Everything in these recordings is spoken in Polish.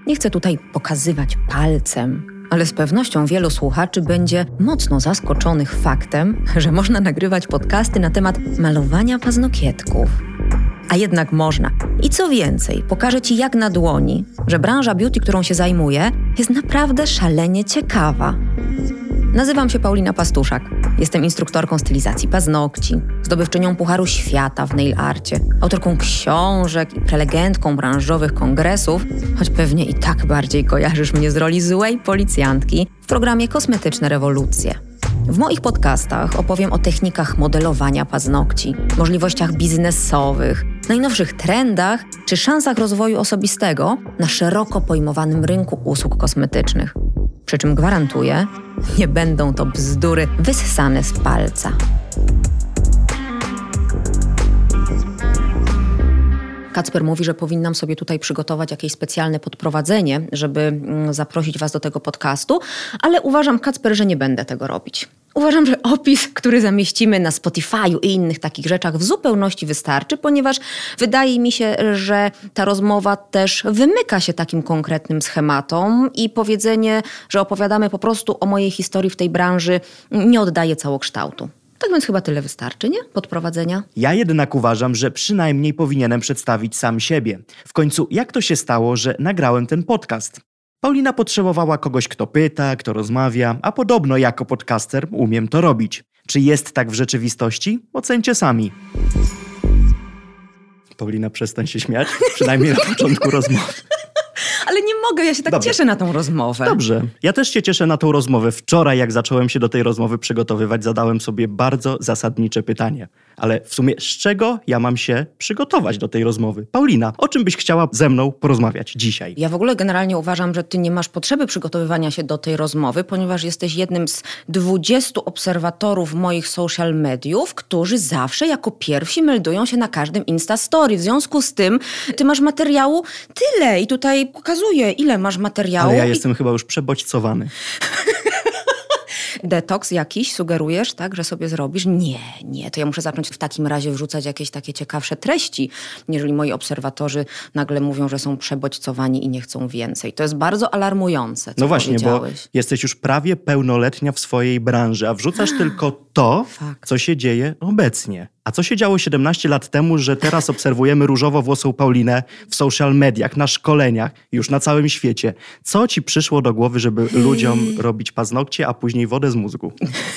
Nie chcę tutaj pokazywać palcem, ale z pewnością wielu słuchaczy będzie mocno zaskoczonych faktem, że można nagrywać podcasty na temat malowania paznokietków. A jednak można. I co więcej, pokażę Ci jak na dłoni, że branża beauty, którą się zajmuję, jest naprawdę szalenie ciekawa. Nazywam się Paulina Pastuszak. Jestem instruktorką stylizacji paznokci, zdobywczynią Pucharu Świata w nail arcie, autorką książek i prelegentką branżowych kongresów, choć pewnie i tak bardziej kojarzysz mnie z roli złej policjantki w programie Kosmetyczne Rewolucje. W moich podcastach opowiem o technikach modelowania paznokci, możliwościach biznesowych, najnowszych trendach czy szansach rozwoju osobistego na szeroko pojmowanym rynku usług kosmetycznych. Przy czym gwarantuję, nie będą to bzdury wyssane z palca. Kacper mówi, że powinnam sobie tutaj przygotować jakieś specjalne podprowadzenie, żeby zaprosić Was do tego podcastu, ale uważam, Kacper, że nie będę tego robić. Uważam, że opis, który zamieścimy na Spotify'u i innych takich rzeczach w zupełności wystarczy, ponieważ wydaje mi się, że ta rozmowa też wymyka się takim konkretnym schematom i powiedzenie, że opowiadamy po prostu o mojej historii w tej branży, nie oddaje całokształtu. Tak więc chyba tyle wystarczy, nie? Podprowadzenia. Ja jednak uważam, że przynajmniej powinienem przedstawić sam siebie. W końcu, jak to się stało, że nagrałem ten podcast? Paulina potrzebowała kogoś, kto pyta, kto rozmawia, a podobno jako podcaster umiem to robić. Czy jest tak w rzeczywistości? Ocencie sami. Paulina, przestań się śmiać, przynajmniej na początku rozmowy. Ale nie mogę, ja się tak cieszę na tą rozmowę. Dobrze, ja też się cieszę na tą rozmowę. Wczoraj, jak zacząłem się do tej rozmowy przygotowywać, zadałem sobie bardzo zasadnicze pytanie. Ale w sumie z czego ja mam się przygotować do tej rozmowy? Paulina, o czym byś chciała ze mną porozmawiać dzisiaj? Ja w ogóle generalnie uważam, że ty nie masz potrzeby przygotowywania się do tej rozmowy, ponieważ jesteś jednym z 20 obserwatorów moich social mediów, którzy zawsze jako pierwsi meldują się na każdym Insta Story. W związku z tym ty masz materiału tyle i tutaj pokazuję, ile masz materiału. Ale ja jestem chyba już przebodźcowany. Detoks jakiś sugerujesz, tak, że sobie zrobisz? Nie, to ja muszę zacząć w takim razie wrzucać jakieś takie ciekawsze treści, jeżeli moi obserwatorzy nagle mówią, że są przebodźcowani i nie chcą więcej. To jest bardzo alarmujące, co No właśnie, powiedziałeś. bo jesteś już prawie pełnoletnia w swojej branży, a wrzucasz tylko to, co się dzieje obecnie. A co się działo 17 lat temu, że teraz obserwujemy różowo-włosą Paulinę w social mediach, na szkoleniach, już na całym świecie? Co ci przyszło do głowy, żeby ludziom robić paznokcie, a później wodę z mózgu?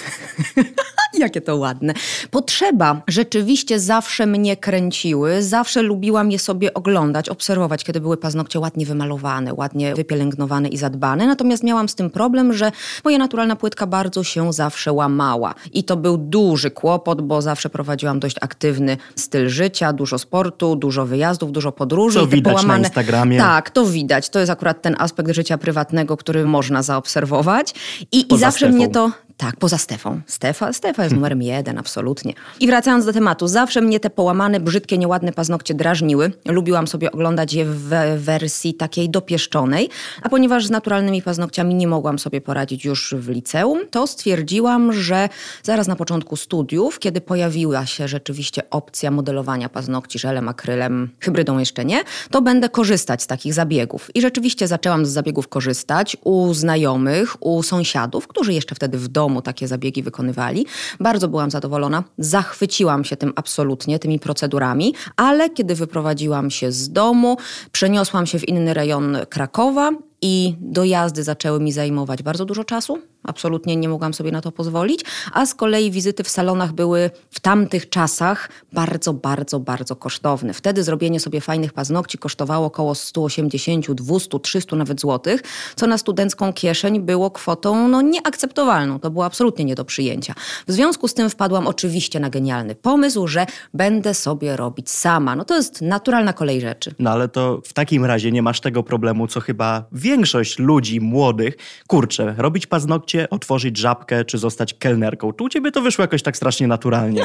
Jakie to ładne. Potrzeba rzeczywiście zawsze mnie kręciły, zawsze lubiłam je sobie oglądać, obserwować, kiedy były paznokcie ładnie wymalowane, ładnie wypielęgnowane i zadbane. Natomiast miałam z tym problem, że moja naturalna płytka bardzo się zawsze łamała. I to był duży kłopot, bo zawsze prowadziłam dość aktywny styl życia, dużo sportu, dużo wyjazdów, dużo podróży. Co widać na Instagramie. Tak, to widać. To jest akurat ten aspekt życia prywatnego, który można zaobserwować. I zawsze Stefą. mnie to... Tak, poza Stefą. Stefa jest numerem 1, absolutnie. I wracając do tematu, zawsze mnie te połamane, brzydkie, nieładne paznokcie drażniły. Lubiłam sobie oglądać je w wersji takiej dopieszczonej, a ponieważ z naturalnymi paznokciami nie mogłam sobie poradzić już w liceum, to stwierdziłam, że zaraz na początku studiów, kiedy pojawiła się rzeczywiście opcja modelowania paznokci żelem, akrylem, hybrydą jeszcze nie, to będę korzystać z takich zabiegów. I rzeczywiście zaczęłam z zabiegów korzystać u znajomych, u sąsiadów, którzy jeszcze wtedy w domu takie zabiegi wykonywali. Bardzo byłam zadowolona, zachwyciłam się tym absolutnie, tymi procedurami, ale kiedy wyprowadziłam się z domu, przeniosłam się w inny rejon Krakowa i dojazdy zaczęły mi zajmować bardzo dużo czasu. Absolutnie nie mogłam sobie na to pozwolić, a z kolei wizyty w salonach były w tamtych czasach bardzo, bardzo, bardzo kosztowne. Wtedy zrobienie sobie fajnych paznokci kosztowało około 180, 200, 300 nawet złotych, co na studencką kieszeń było kwotą nieakceptowalną. To było absolutnie nie do przyjęcia. W związku z tym wpadłam oczywiście na genialny pomysł, że będę sobie robić sama. To jest naturalna kolej rzeczy. No ale to w takim razie nie masz tego problemu, co chyba większość ludzi młodych. Kurczę, robić paznokcie, otworzyć żabkę czy zostać kelnerką. Tu u ciebie to wyszło jakoś tak strasznie naturalnie.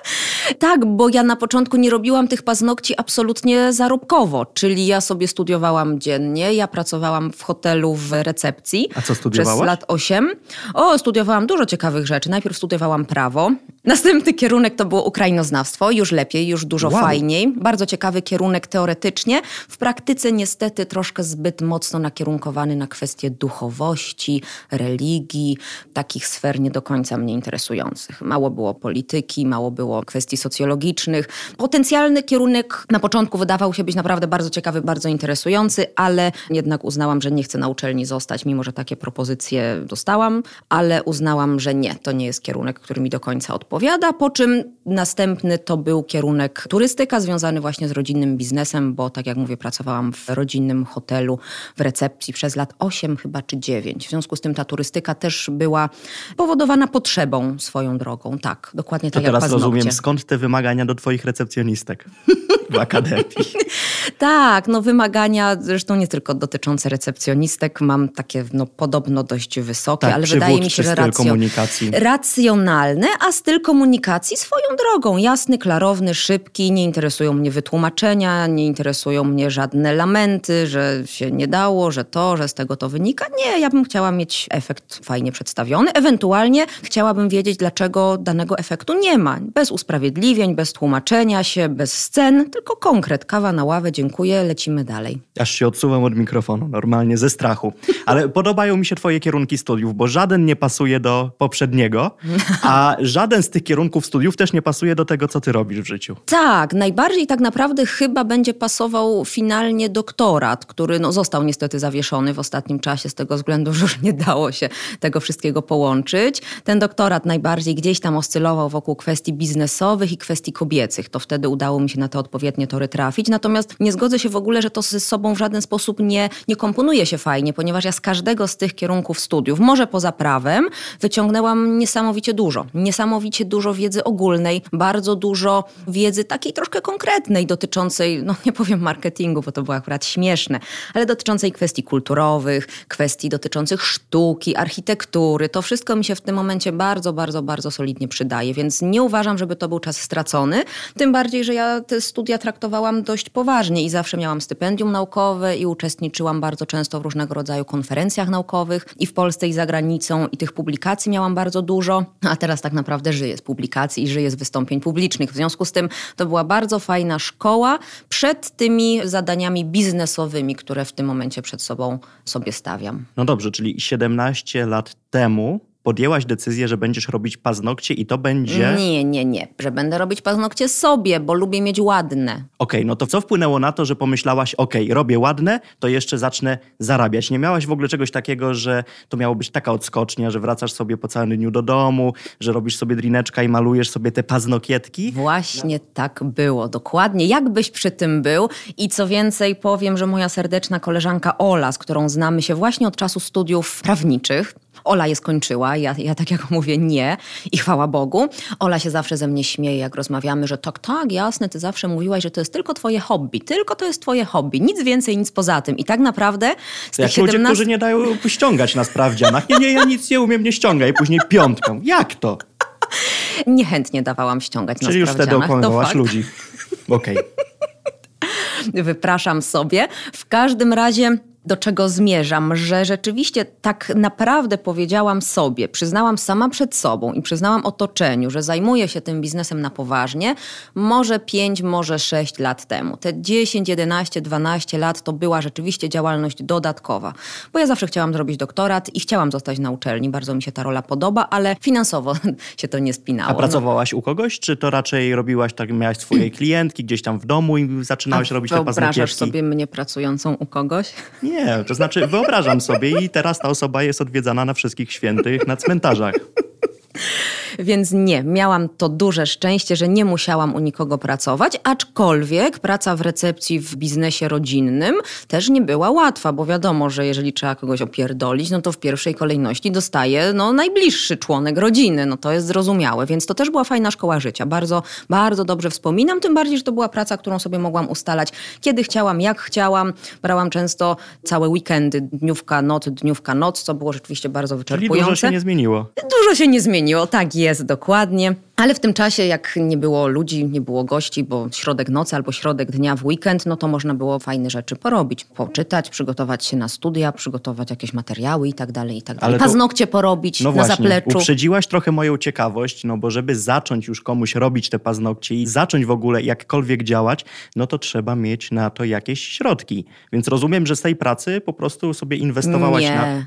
Tak, bo ja na początku nie robiłam tych paznokci absolutnie zarobkowo, czyli ja sobie studiowałam dziennie, ja pracowałam w hotelu w recepcji. A co studiowałaś? Przez lat 8. Studiowałam dużo ciekawych rzeczy. Najpierw studiowałam prawo. Następny kierunek to było ukrainoznawstwo. Już lepiej, już dużo fajniej. Bardzo ciekawy kierunek teoretycznie. W praktyce niestety troszkę zbyt mocno nakierunkowany na kwestie duchowości, religii, takich sfer nie do końca mnie interesujących. Mało było polityki, mało było kwestii socjologicznych. Potencjalny kierunek na początku wydawał się być naprawdę bardzo ciekawy, bardzo interesujący, ale jednak uznałam, że nie chcę na uczelni zostać, mimo że takie propozycje dostałam, ale uznałam, że nie, to nie jest kierunek, który mi do końca odpowiada, po czym następny to był kierunek turystyka związany właśnie z rodzinnym biznesem, bo tak jak mówię, pracowałam w rodzinnym hotelu w recepcji przez lat 8 chyba czy 9. W związku z tym ta turystyka też była powodowana potrzebą swoją drogą. Tak, dokładnie tak jak paznokcie. To teraz rozumiem, skąd te wymagania do twoich recepcjonistek w akademii? Tak, wymagania zresztą nie tylko dotyczące recepcjonistek, mam takie podobno dość wysokie, tak, ale wydaje mi się, że racjonalne, a styl komunikacji swoją drogą. Jasny, klarowny, szybki, nie interesują mnie wytłumaczenia, nie interesują mnie żadne lamenty, że się nie dało, że z tego to wynika. Nie, ja bym chciała mieć efekt fajnie przedstawiony, ewentualnie chciałabym wiedzieć, dlaczego danego efektu nie ma. Bez usprawiedliwień, bez tłumaczenia się, bez scen, tylko konkret, kawa na ławę, dziękuję, lecimy dalej. Aż się odsuwam od mikrofonu, normalnie ze strachu. Ale podobają mi się twoje kierunki studiów, bo żaden nie pasuje do poprzedniego, a żaden z tych kierunków studiów też nie pasuje do tego, co ty robisz w życiu. Tak, najbardziej tak naprawdę chyba będzie pasował finalnie doktorat, który został niestety zawieszony w ostatnim czasie z tego względu, że już nie dało się tego wszystkiego połączyć. Ten doktorat najbardziej gdzieś tam oscylował wokół kwestii biznesowych i kwestii kobiecych. To wtedy udało mi się na te odpowiednie tory trafić. Natomiast nie zgodzę się w ogóle, że to ze sobą w żaden sposób nie komponuje się fajnie, ponieważ ja z każdego z tych kierunków studiów, może poza prawem, wyciągnęłam niesamowicie dużo wiedzy ogólnej, bardzo dużo wiedzy takiej troszkę konkretnej, dotyczącej, nie powiem marketingu, bo to było akurat śmieszne, ale dotyczącej kwestii kulturowych, kwestii dotyczących sztuki, architektury. To wszystko mi się w tym momencie bardzo, bardzo, bardzo solidnie przydaje, więc nie uważam, żeby to był czas stracony. Tym bardziej, że ja te studia traktowałam dość poważnie i zawsze miałam stypendium naukowe i uczestniczyłam bardzo często w różnego rodzaju konferencjach naukowych i w Polsce i za granicą i tych publikacji miałam bardzo dużo, a teraz tak naprawdę żyję z publikacji i żyję z wystąpień publicznych. W związku z tym to była bardzo fajna szkoła przed tymi zadaniami biznesowymi, które w tym momencie przed sobą sobie stawiam. No dobrze, czyli 17 lat temu podjęłaś decyzję, że będziesz robić paznokcie i to będzie... Nie, że będę robić paznokcie sobie, bo lubię mieć ładne. Okej, no to co wpłynęło na to, że pomyślałaś, robię ładne, to jeszcze zacznę zarabiać. Nie miałaś w ogóle czegoś takiego, że to miało być taka odskocznia, że wracasz sobie po całym dniu do domu, że robisz sobie drineczka i malujesz sobie te paznokietki? Właśnie tak było, dokładnie. Jakbyś przy tym był i co więcej powiem, że moja serdeczna koleżanka Ola, z którą znamy się właśnie od czasu studiów prawniczych, Ola je skończyła, ja tak jak mówię nie i chwała Bogu. Ola się zawsze ze mnie śmieje, jak rozmawiamy, że tak, jasne, ty zawsze mówiłaś, że to jest tylko twoje hobby, tylko to jest twoje hobby, nic więcej, nic poza tym. I tak naprawdę z tych 17... ludzie, którzy nie dają ściągać na sprawdzianach. Nie, ja nic nie umiem, nie ściągaj. I później 5. Jak to? Niechętnie dawałam ściągać na sprawdzianach. Czyli już wtedy okłamywałaś ludzi. Okej. Wypraszam sobie. W każdym razie... Do czego zmierzam, że rzeczywiście tak naprawdę powiedziałam sobie, przyznałam sama przed sobą i przyznałam otoczeniu, że zajmuję się tym biznesem na poważnie, może 5, może 6 lat temu. Te 10, 11, 12 lat to była rzeczywiście działalność dodatkowa, bo ja zawsze chciałam zrobić doktorat i chciałam zostać na uczelni, bardzo mi się ta rola podoba, ale finansowo się to nie spinało. A pracowałaś u kogoś, czy to raczej robiłaś tak, miałaś swoje klientki gdzieś tam w domu i zaczynałaś robić te paznokietki? Wyobrażasz sobie mnie pracującą u kogoś? Nie, to znaczy wyobrażam sobie i teraz ta osoba jest odwiedzana na wszystkich świętych na cmentarzach. Więc nie, miałam to duże szczęście, że nie musiałam u nikogo pracować, aczkolwiek praca w recepcji w biznesie rodzinnym też nie była łatwa, bo wiadomo, że jeżeli trzeba kogoś opierdolić, to w pierwszej kolejności dostaje najbliższy członek rodziny, to jest zrozumiałe, więc to też była fajna szkoła życia, bardzo, bardzo dobrze wspominam, tym bardziej, że to była praca, którą sobie mogłam ustalać, kiedy chciałam, jak chciałam, brałam często całe weekendy, dniówka, noc, co było rzeczywiście bardzo wyczerpujące. Czyli dużo się nie zmieniło. Dużo się nie zmieniło, tak jest, dokładnie. Ale w tym czasie, jak nie było ludzi, nie było gości, bo środek nocy albo środek dnia w weekend, no to można było fajne rzeczy porobić. Poczytać, przygotować się na studia, przygotować jakieś materiały i tak dalej, i tak dalej. Paznokcie porobić na zapleczu. Uprzedziłaś trochę moją ciekawość, no bo żeby zacząć już komuś robić te paznokcie i zacząć w ogóle jakkolwiek działać, no to trzeba mieć na to jakieś środki. Więc rozumiem, że z tej pracy po prostu sobie inwestowałaś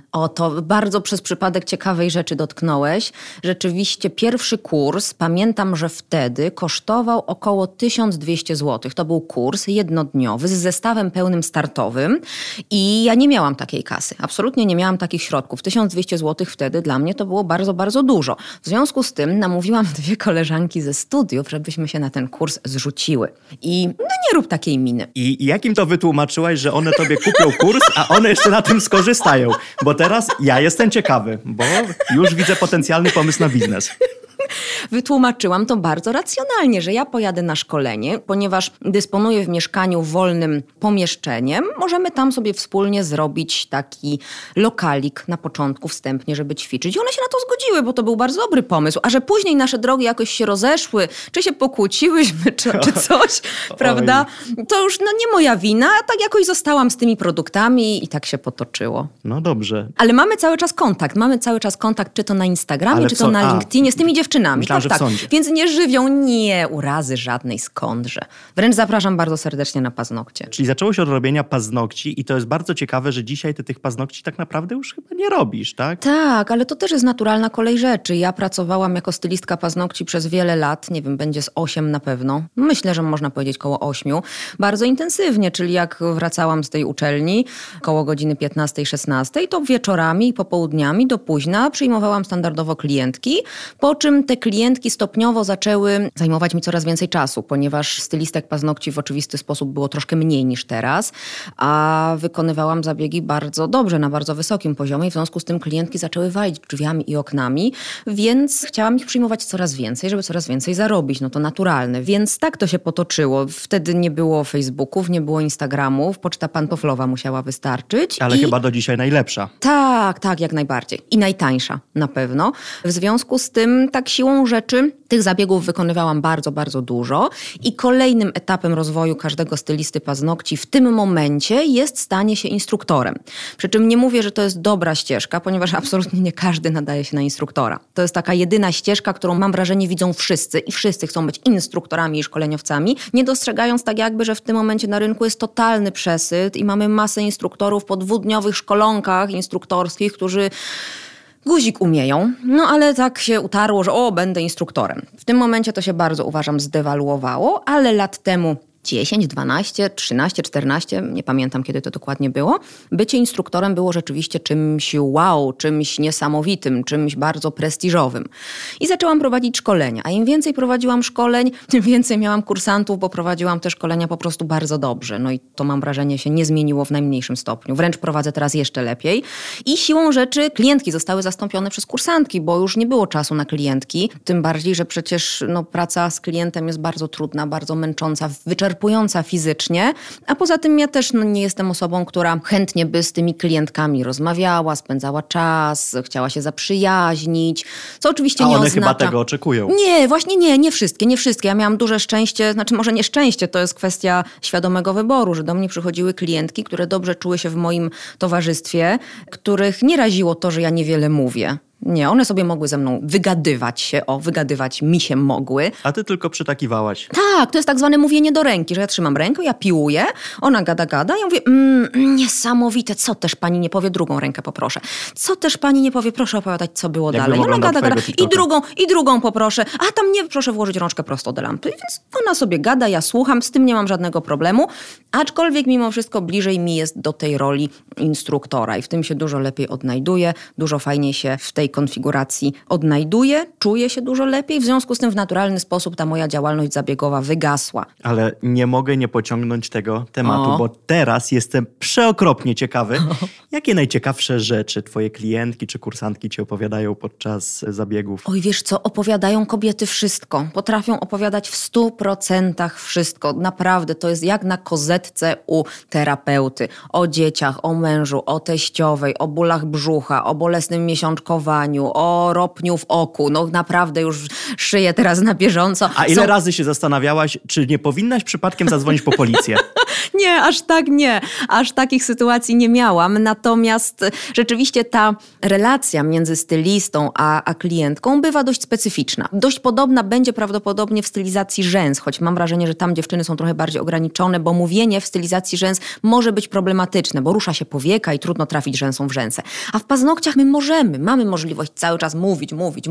to bardzo przez przypadek ciekawej rzeczy dotknąłeś. Rzeczywiście pierwszy kurs, pamiętam, że wtedy kosztował około 1200 zł. To był kurs jednodniowy z zestawem pełnym startowym i ja nie miałam takiej kasy. Absolutnie nie miałam takich środków. 1200 zł wtedy dla mnie to było bardzo, bardzo dużo. W związku z tym namówiłam 2 koleżanki ze studiów, żebyśmy się na ten kurs zrzuciły. I nie rób takiej miny. I jakim to wytłumaczyłaś, że one tobie kupią kurs, a one jeszcze na tym skorzystają? Bo teraz ja jestem ciekawy, bo już widzę potencjalny pomysł na biznes. Wytłumaczyłam to bardzo racjonalnie, że ja pojadę na szkolenie, ponieważ dysponuję w mieszkaniu wolnym pomieszczeniem. Możemy tam sobie wspólnie zrobić taki lokalik na początku wstępnie, żeby ćwiczyć. I one się na to zgodziły, bo to był bardzo dobry pomysł. A że później nasze drogi jakoś się rozeszły, czy się pokłóciłyśmy, czy coś, prawda? To już nie moja wina. Tak jakoś zostałam z tymi produktami i tak się potoczyło. No dobrze. Ale mamy cały czas kontakt, czy to na Instagramie, czy to na LinkedInie, z tymi dziewczynami. Myślałam, że w sądzie. Więc nie żywią urazy żadnej, skądże. Wręcz zapraszam bardzo serdecznie na paznokcie. Czyli zaczęło się od robienia paznokci i to jest bardzo ciekawe, że dzisiaj ty tych paznokci tak naprawdę już chyba nie robisz, tak? Tak, ale to też jest naturalna kolej rzeczy. Ja pracowałam jako stylistka paznokci przez wiele lat, nie wiem, będzie z 8 na pewno. Myślę, że można powiedzieć koło 8. Bardzo intensywnie, czyli jak wracałam z tej uczelni koło godziny 15-16, to wieczorami i popołudniami do późna przyjmowałam standardowo klientki, po czym te klientki stopniowo zaczęły zajmować mi coraz więcej czasu, ponieważ stylistek paznokci w oczywisty sposób było troszkę mniej niż teraz, a wykonywałam zabiegi bardzo dobrze, na bardzo wysokim poziomie. W związku z tym klientki zaczęły walić drzwiami i oknami, więc chciałam ich przyjmować coraz więcej, żeby coraz więcej zarobić. No to naturalne. Więc tak to się potoczyło. Wtedy nie było Facebooków, nie było Instagramów, poczta pantoflowa musiała wystarczyć. Ale chyba do dzisiaj najlepsza. Tak, jak najbardziej. I najtańsza na pewno. W związku z tym tak siłą rzeczy tych zabiegów wykonywałam bardzo, bardzo dużo i kolejnym etapem rozwoju każdego stylisty paznokci w tym momencie jest stanie się instruktorem. Przy czym nie mówię, że to jest dobra ścieżka, ponieważ absolutnie nie każdy nadaje się na instruktora. To jest taka jedyna ścieżka, którą mam wrażenie widzą wszyscy i wszyscy chcą być instruktorami i szkoleniowcami, nie dostrzegając tak jakby, że w tym momencie na rynku jest totalny przesyt i mamy masę instruktorów po 2-dniowych szkolonkach instruktorskich, którzy guzik umieją, no ale tak się utarło, że będę instruktorem. W tym momencie to się bardzo, uważam, zdewaluowało, ale lat temu 10, 12, 13, 14, nie pamiętam kiedy to dokładnie było, bycie instruktorem było rzeczywiście czymś wow, czymś niesamowitym, czymś bardzo prestiżowym. I zaczęłam prowadzić szkolenia, a im więcej prowadziłam szkoleń, tym więcej miałam kursantów, bo prowadziłam te szkolenia po prostu bardzo dobrze. No i to mam wrażenie się nie zmieniło w najmniejszym stopniu. Wręcz prowadzę teraz jeszcze lepiej. I siłą rzeczy klientki zostały zastąpione przez kursantki, bo już nie było czasu na klientki. Tym bardziej, że przecież praca z klientem jest bardzo trudna, bardzo męcząca, wyczerpująca fizycznie, a poza tym ja też nie jestem osobą, która chętnie by z tymi klientkami rozmawiała, spędzała czas, chciała się zaprzyjaźnić, co oczywiście nie oznacza... A one chyba tego oczekują. Nie, właśnie nie wszystkie. Ja miałam duże szczęście, może nie szczęście, to jest kwestia świadomego wyboru, że do mnie przychodziły klientki, które dobrze czuły się w moim towarzystwie, których nie raziło to, że ja niewiele mówię. Nie, one sobie mogły ze mną wygadywać mi się mogły. A ty tylko przytakiwałaś. Tak, to jest tak zwane mówienie do ręki, że ja trzymam rękę, ja piłuję, ona gada, ja mówię, niesamowite, co też pani nie powie, drugą rękę poproszę. Co też pani nie powie, proszę opowiadać, co było dalej. Ona gada, i drugą poproszę, a tam nie, proszę włożyć rączkę prosto do lampy. Więc ona sobie gada, ja słucham, z tym nie mam żadnego problemu, aczkolwiek mimo wszystko bliżej mi jest do tej roli instruktora i w tym się dużo lepiej odnajduję, dużo fajniej się w tej konfiguracji odnajduję, czuję się dużo lepiej, w związku z tym w naturalny sposób ta moja działalność zabiegowa wygasła. Ale nie mogę nie pociągnąć tego tematu, bo teraz jestem przeokropnie ciekawy, Jakie najciekawsze rzeczy twoje klientki czy kursantki ci opowiadają podczas zabiegów? Oj, wiesz co, opowiadają kobiety wszystko. Potrafią opowiadać w 100% wszystko. Naprawdę, to jest jak na kozetce u terapeuty. O dzieciach, o mężu, o teściowej, o bólach brzucha, o bolesnym miesiączkowaniu, o ropniu w oku. No naprawdę już szyję teraz na bieżąco. A ile razy się zastanawiałaś, czy nie powinnaś przypadkiem zadzwonić po policję? Nie, aż tak nie. Aż takich sytuacji nie miałam. Natomiast rzeczywiście ta relacja między stylistą a klientką bywa dość specyficzna. Dość podobna będzie prawdopodobnie w stylizacji rzęs, choć mam wrażenie, że tam dziewczyny są trochę bardziej ograniczone, bo mówienie w stylizacji rzęs może być problematyczne, bo rusza się powieka i trudno trafić rzęsą w rzęsę. A w paznokciach my mamy możliwość cały czas mówić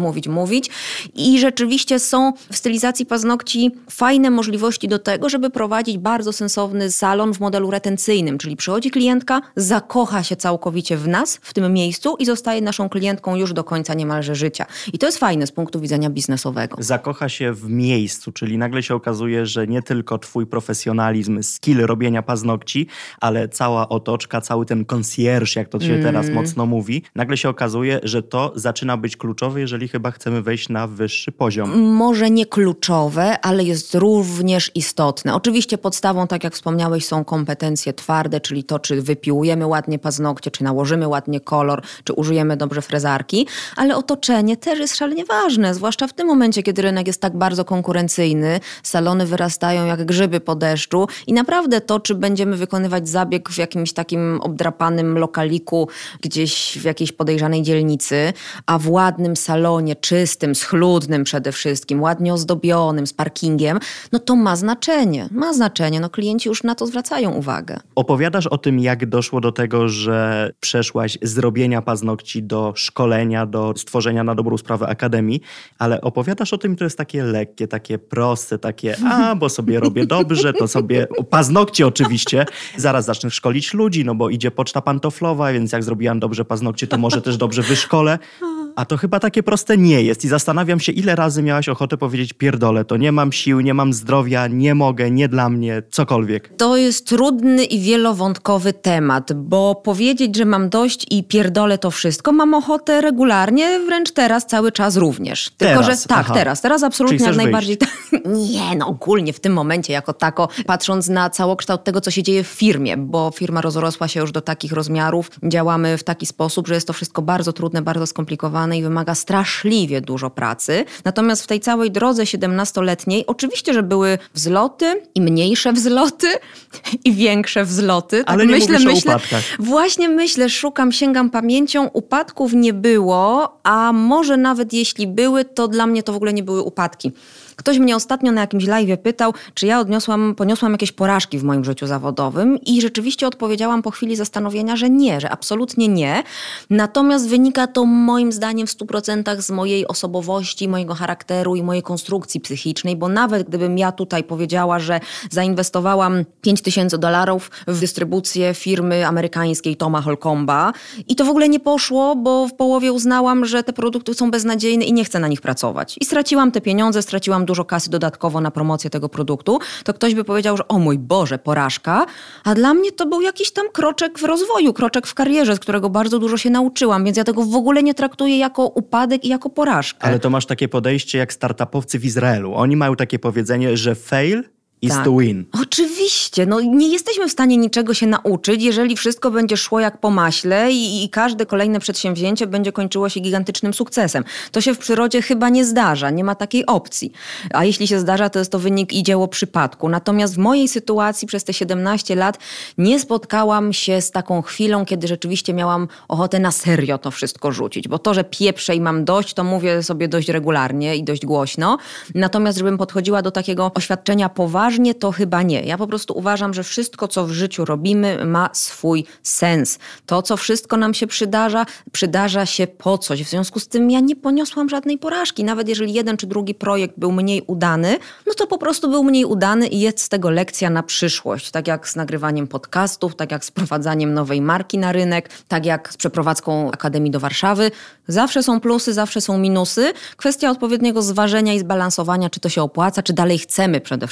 i rzeczywiście są w stylizacji paznokci fajne możliwości do tego, żeby prowadzić bardzo sensowny salon w modelu retencyjnym, czyli przychodzi klientka, zakocha się całkowicie w nas, w tym miejscu i zostaje naszą klientką już do końca niemalże życia. I to jest fajne z punktu widzenia biznesowego. Zakocha się w miejscu, czyli nagle się okazuje, że nie tylko twój profesjonalizm, skill robienia paznokci, ale cała otoczka, cały ten concierge, jak to się teraz mocno mówi, nagle się okazuje, że to zaczyna być kluczowe, jeżeli chyba chcemy wejść na wyższy poziom. Może nie kluczowe, ale jest również istotne. Oczywiście podstawą, tak jak wspomniałeś, są kompetencje twarde, czyli to, czy wypiłujemy ładnie paznokcie, czy nałożymy ładnie kolor, czy użyjemy dobrze frezarki, ale otoczenie też jest szalenie ważne, zwłaszcza w tym momencie, kiedy rynek jest tak bardzo konkurencyjny, salony wyrastają jak grzyby po deszczu i naprawdę to, czy będziemy wykonywać zabieg w jakimś takim obdrapanym lokaliku, gdzieś w jakiejś podejrzanej dzielnicy, a w ładnym salonie, czystym, schludnym przede wszystkim, ładnie ozdobionym, z parkingiem, no to ma znaczenie. No klienci już na to zwracają uwagę. Opowiadasz o tym, jak doszło do tego, że przeszłaś z robienia paznokci do szkolenia, do stworzenia na dobrą sprawę akademii, ale opowiadasz o tym, to jest takie lekkie, takie proste, takie bo sobie robię dobrze, to sobie paznokcie oczywiście. Zaraz zacznę szkolić ludzi, no bo idzie poczta pantoflowa, więc jak zrobiłam dobrze paznokcie, to może też dobrze wyszkolę. A to chyba takie proste nie jest i zastanawiam się, ile razy miałaś ochotę powiedzieć pierdolę, to nie mam sił, nie mam zdrowia, nie mogę, nie dla mnie, cokolwiek. To jest trudny i wielowątkowy temat, bo powiedzieć, że mam dość i pierdolę to wszystko, mam ochotę regularnie, wręcz teraz cały czas również. Tylko, teraz? że tak, teraz absolutnie jak najbardziej. Nie, no ogólnie w tym momencie jako tako, patrząc na całokształt tego, co się dzieje w firmie, bo firma rozrosła się już do takich rozmiarów, działamy w taki sposób, że jest to wszystko bardzo trudne, bardzo skomplikowane i wymaga straszliwie dużo pracy. Natomiast w tej całej drodze 17-letniej oczywiście, że były wzloty i mniejsze wzloty i większe wzloty. Tak ale nie mówisz o upadkach. Właśnie szukam, sięgam pamięcią. Upadków nie było, a może nawet jeśli były, to dla mnie to w ogóle nie były upadki. Ktoś mnie ostatnio na jakimś live'ie pytał, czy ja poniosłam jakieś porażki w moim życiu zawodowym i rzeczywiście odpowiedziałam po chwili zastanowienia, że nie, że absolutnie nie. Natomiast wynika to moim zdaniem w 100% z mojej osobowości, mojego charakteru i mojej konstrukcji psychicznej, bo nawet gdybym ja tutaj powiedziała, że zainwestowałam $5,000 w dystrybucję firmy amerykańskiej Toma Holcomba i to w ogóle nie poszło, bo w połowie uznałam, że te produkty są beznadziejne i nie chcę na nich pracować. I straciłam te pieniądze, straciłam dużo kasy dodatkowo na promocję tego produktu, to ktoś by powiedział, że o mój Boże, porażka, a dla mnie to był jakiś tam kroczek w rozwoju, kroczek w karierze, z którego bardzo dużo się nauczyłam, więc ja tego w ogóle nie traktuję jako upadek i jako porażkę. Ale to masz takie podejście jak startupowcy w Izraelu. Oni mają takie powiedzenie, że fail is to win. Oczywiście. No, nie jesteśmy w stanie niczego się nauczyć, jeżeli wszystko będzie szło jak po maśle i każde kolejne przedsięwzięcie będzie kończyło się gigantycznym sukcesem. To się w przyrodzie chyba nie zdarza, nie ma takiej opcji. A jeśli się zdarza, to jest to wynik i dzieło przypadku. Natomiast w mojej sytuacji przez te 17 lat nie spotkałam się z taką chwilą, kiedy rzeczywiście miałam ochotę na serio to wszystko rzucić. Bo to, że pieprzę i mam dość, to mówię sobie dość regularnie i dość głośno. Natomiast żebym podchodziła do takiego oświadczenia poważnie, to chyba nie. Ja po prostu uważam, że wszystko, co w życiu robimy, ma swój sens. To, co wszystko nam się przydarza się po coś. W związku z tym ja nie poniosłam żadnej porażki. Nawet jeżeli jeden czy drugi projekt był mniej udany, no to po prostu był mniej udany i jest z tego lekcja na przyszłość. Tak jak z nagrywaniem podcastów, tak jak z wprowadzaniem nowej marki na rynek, tak jak z przeprowadzką Akademii do Warszawy. Zawsze są plusy, zawsze są minusy. Kwestia odpowiedniego zważenia i zbalansowania, czy to się opłaca, czy dalej chcemy przede wszystkim to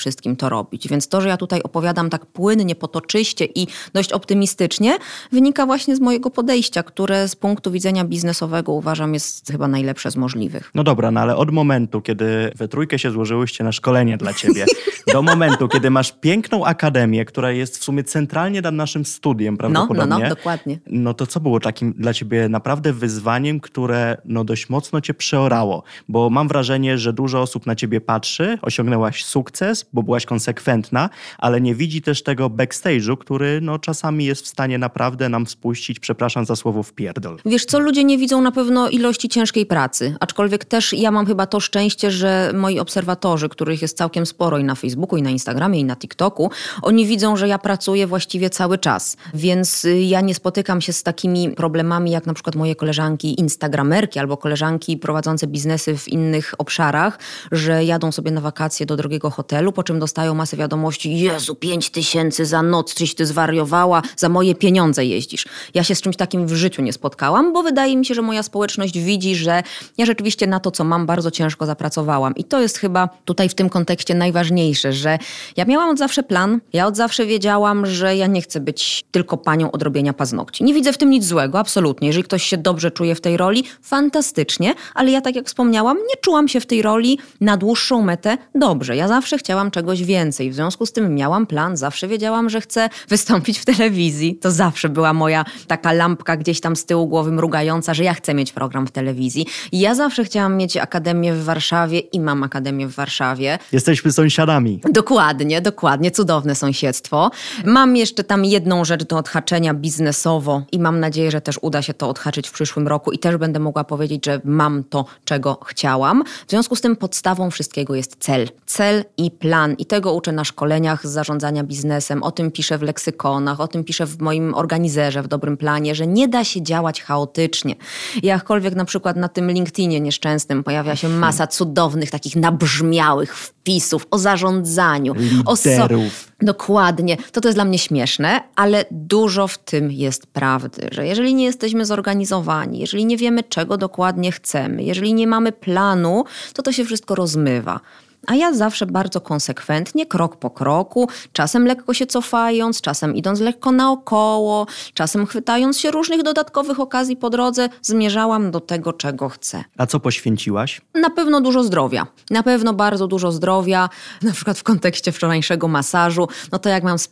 to robić. Więc to, że ja tutaj opowiadam tak płynnie, potoczyście i dość optymistycznie, wynika właśnie z mojego podejścia, które z punktu widzenia biznesowego uważam jest chyba najlepsze z możliwych. No dobra, no ale od momentu, kiedy we trójkę się złożyłyście na szkolenie dla ciebie, do momentu, kiedy masz piękną akademię, która jest w sumie centralnie nad naszym studiem prawdopodobnie. No, dokładnie. No to co było takim dla ciebie naprawdę wyzwaniem, które dość mocno cię przeorało? Bo mam wrażenie, że dużo osób na ciebie patrzy, osiągnęłaś sukces, bo byłaś konsekwentna, ale nie widzi też tego backstage'u, który czasami jest w stanie naprawdę nam spuścić, przepraszam za słowo, w pierdol. Wiesz co, ludzie nie widzą na pewno ilości ciężkiej pracy, aczkolwiek też ja mam chyba to szczęście, że moi obserwatorzy, których jest całkiem sporo i na Facebooku, i na Instagramie, i na TikToku, oni widzą, że ja pracuję właściwie cały czas, więc ja nie spotykam się z takimi problemami jak na przykład moje koleżanki instagramerki albo koleżanki prowadzące biznesy w innych obszarach, że jadą sobie na wakacje do drogiego hotelu, po czym dostają masę wiadomości: Jezu, 5 000 za noc, czyś ty zwariowała, za moje pieniądze jeździsz. Ja się z czymś takim w życiu nie spotkałam, bo wydaje mi się, że moja społeczność widzi, że ja rzeczywiście na to, co mam, bardzo ciężko zapracowałam. I to jest chyba tutaj w tym kontekście najważniejsze, że ja miałam od zawsze plan, ja od zawsze wiedziałam, że ja nie chcę być tylko panią od robienia paznokci. Nie widzę w tym nic złego, absolutnie. Jeżeli ktoś się dobrze czuje w tej roli, fantastycznie, ale ja, tak jak wspomniałam, nie czułam się w tej roli na dłuższą metę dobrze. Ja zawsze chciałam czegoś więcej. W związku z tym miałam plan, zawsze wiedziałam, że chcę wystąpić w telewizji. To zawsze była moja taka lampka gdzieś tam z tyłu głowy mrugająca, że ja chcę mieć program w telewizji. I ja zawsze chciałam mieć akademię w Warszawie i mam akademię w Warszawie. Jesteśmy sąsiadami. Dokładnie. Cudowne sąsiedztwo. Mam jeszcze tam jedną rzecz do odhaczenia biznesowo i mam nadzieję, że też uda się to odhaczyć w przyszłym roku i też będę mogła powiedzieć, że mam to, czego chciałam. W związku z tym podstawą wszystkiego jest cel. Cel i plan. I tego uczę na szkoleniach z zarządzania biznesem. O tym piszę w leksykonach, o tym piszę w moim organizerze, w dobrym planie, że nie da się działać chaotycznie. Jakkolwiek na przykład na tym LinkedInie nieszczęsnym pojawia się masa cudownych, takich nabrzmiałych wpisów o zarządzaniu. Liderów. Dokładnie. To jest dla mnie śmieszne, ale dużo w tym jest prawdy, że jeżeli nie jesteśmy zorganizowani, jeżeli nie wiemy, czego dokładnie chcemy, jeżeli nie mamy planu, to się wszystko rozmywa. A ja zawsze bardzo konsekwentnie, krok po kroku, czasem lekko się cofając, czasem idąc lekko naokoło, czasem chwytając się różnych dodatkowych okazji po drodze, zmierzałam do tego, czego chcę. A co poświęciłaś? Na pewno dużo zdrowia. Na pewno bardzo dużo zdrowia. Na przykład w kontekście wczorajszego masażu, to jak mam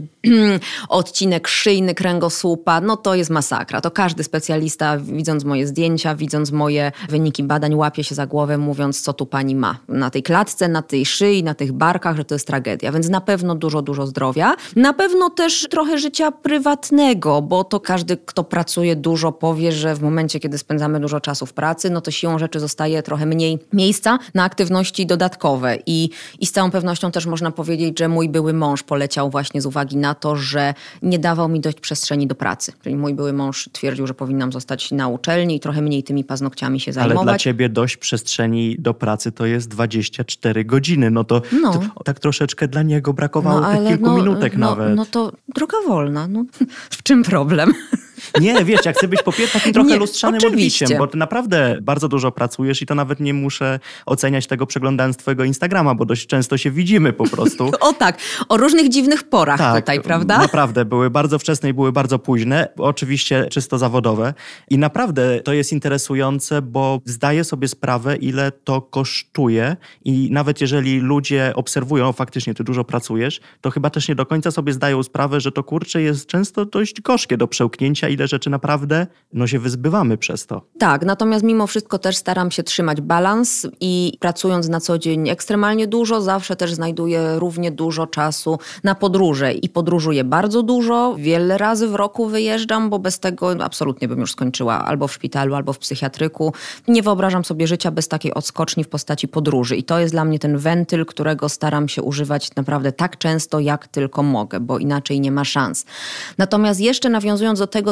odcinek szyjny kręgosłupa, to jest masakra. To każdy specjalista, widząc moje zdjęcia, widząc moje wyniki badań, łapie się za głowę, mówiąc, co tu pani ma na tej klatce, na tej szyi, na tych barkach, że to jest tragedia. Więc na pewno dużo zdrowia. Na pewno też trochę życia prywatnego, bo to każdy, kto pracuje dużo, powie, że w momencie, kiedy spędzamy dużo czasu w pracy, to siłą rzeczy zostaje trochę mniej miejsca na aktywności dodatkowe. I z całą pewnością też można powiedzieć, że mój były mąż poleciał właśnie z uwagi na to, że nie dawał mi dość przestrzeni do pracy. Czyli mój były mąż twierdził, że powinnam zostać na uczelni i trochę mniej tymi paznokciami się zajmować. Ale dla ciebie dość przestrzeni do pracy to jest 24 godziny. To tak troszeczkę dla niego brakowało tych kilku minutek nawet. To droga wolna. W czym problem? Nie, wiesz, ja chcę być takim trochę lustrzanym odbiciem, bo ty naprawdę bardzo dużo pracujesz i to nawet nie muszę oceniać tego, przeglądając twojego Instagrama, bo dość często się widzimy po prostu. O tak, o różnych dziwnych porach tutaj, prawda? Naprawdę, były bardzo wczesne i były bardzo późne, oczywiście czysto zawodowe i naprawdę to jest interesujące, bo zdaję sobie sprawę, ile to kosztuje i nawet jeżeli ludzie obserwują, faktycznie ty dużo pracujesz, to chyba też nie do końca sobie zdają sprawę, że to jest często dość gorzkie do przełknięcia, ile rzeczy naprawdę się wyzbywamy przez to. Tak, natomiast mimo wszystko też staram się trzymać balans i pracując na co dzień ekstremalnie dużo, zawsze też znajduję równie dużo czasu na podróże i podróżuję bardzo dużo, wiele razy w roku wyjeżdżam, bo bez tego absolutnie bym już skończyła albo w szpitalu, albo w psychiatryku. Nie wyobrażam sobie życia bez takiej odskoczni w postaci podróży i to jest dla mnie ten wentyl, którego staram się używać naprawdę tak często, jak tylko mogę, bo inaczej nie ma szans. Natomiast jeszcze nawiązując do tego,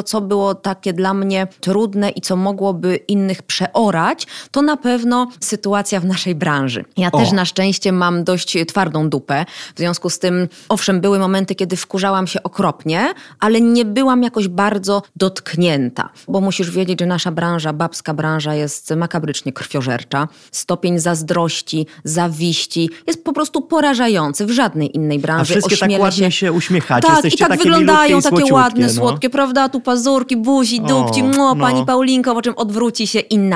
co było takie dla mnie trudne i co mogłoby innych przeorać, to na pewno sytuacja w naszej branży. Ja też na szczęście mam dość twardą dupę. W związku z tym, owszem, były momenty, kiedy wkurzałam się okropnie, ale nie byłam jakoś bardzo dotknięta. Bo musisz wiedzieć, że nasza branża, babska branża jest makabrycznie krwiożercza. Stopień zazdrości, zawiści jest po prostu porażający. W żadnej innej branży. A wszystkie tak ładnie się uśmiechacie. Tak, jesteście i tak takie wyglądają, takie ładne, no. słodkie, prawda? Tu pazurki, buzi, dupci, pani Paulinko, po czym odwróci się i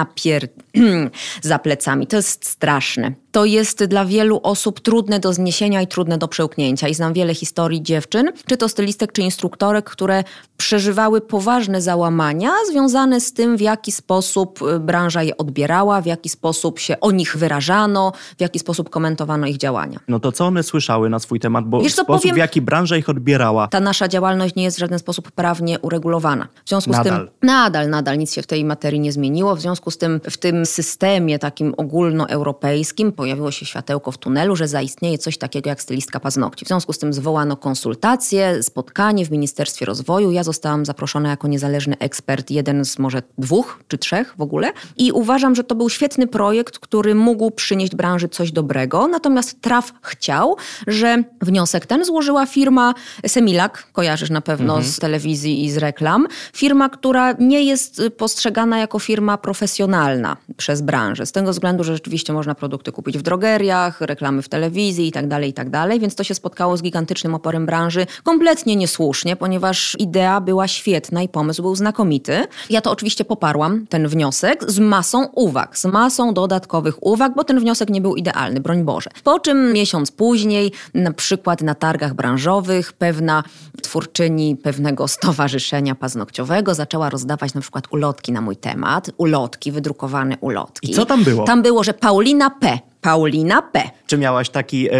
za plecami. To jest straszne. To jest dla wielu osób trudne do zniesienia i trudne do przełknięcia. I znam wiele historii dziewczyn, czy to stylistek, czy instruktorek, które przeżywały poważne załamania związane z tym, w jaki sposób branża je odbierała, w jaki sposób się o nich wyrażano, w jaki sposób komentowano ich działania. No to co one słyszały na swój temat? Bo powiem, w jaki branża ich odbierała? Ta nasza działalność nie jest w żaden sposób prawnie uregulowana. W związku z tym nadal nic się w tej materii nie zmieniło. W związku z tym w tym systemie takim ogólnoeuropejskim pojawiło się światełko w tunelu, że zaistnieje coś takiego jak stylistka paznokci. W związku z tym zwołano konsultacje, spotkanie w Ministerstwie Rozwoju. Ja zostałam zaproszona jako niezależny ekspert, jeden z może 2 czy 3 w ogóle. I uważam, że to był świetny projekt, który mógł przynieść branży coś dobrego. Natomiast traf chciał, że wniosek ten złożyła firma Semilak, kojarzysz na pewno z telewizji i z reklam. Firma, która nie jest postrzegana jako firma profesjonalna przez branżę. Z tego względu, że rzeczywiście można produkty kupić w drogeriach, reklamy w telewizji i tak dalej, więc to się spotkało z gigantycznym oporem branży. Kompletnie niesłusznie, ponieważ idea była świetna i pomysł był znakomity. Ja to oczywiście poparłam, ten wniosek, z masą uwag, z masą dodatkowych uwag, bo ten wniosek nie był idealny, broń Boże. Po czym miesiąc później, na przykład na targach branżowych, pewna twórczyni pewnego stowarzyszenia paznokciowego zaczęła rozdawać na przykład ulotki na mój temat, wydrukowane ulotki. I co tam było? Tam było, że Paulina P. Czy miałaś taki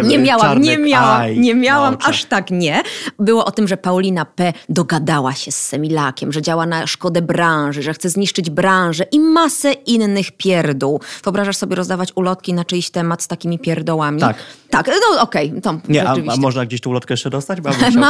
Nie miałam, aż tak nie. Było o tym, że Paulina P. dogadała się z Semilakiem, że działa na szkodę branży, że chce zniszczyć branżę i masę innych pierdół. Wyobrażasz sobie rozdawać ulotki na czyjś temat z takimi pierdołami? Tak, no okej. A można gdzieś tu ulotkę jeszcze dostać?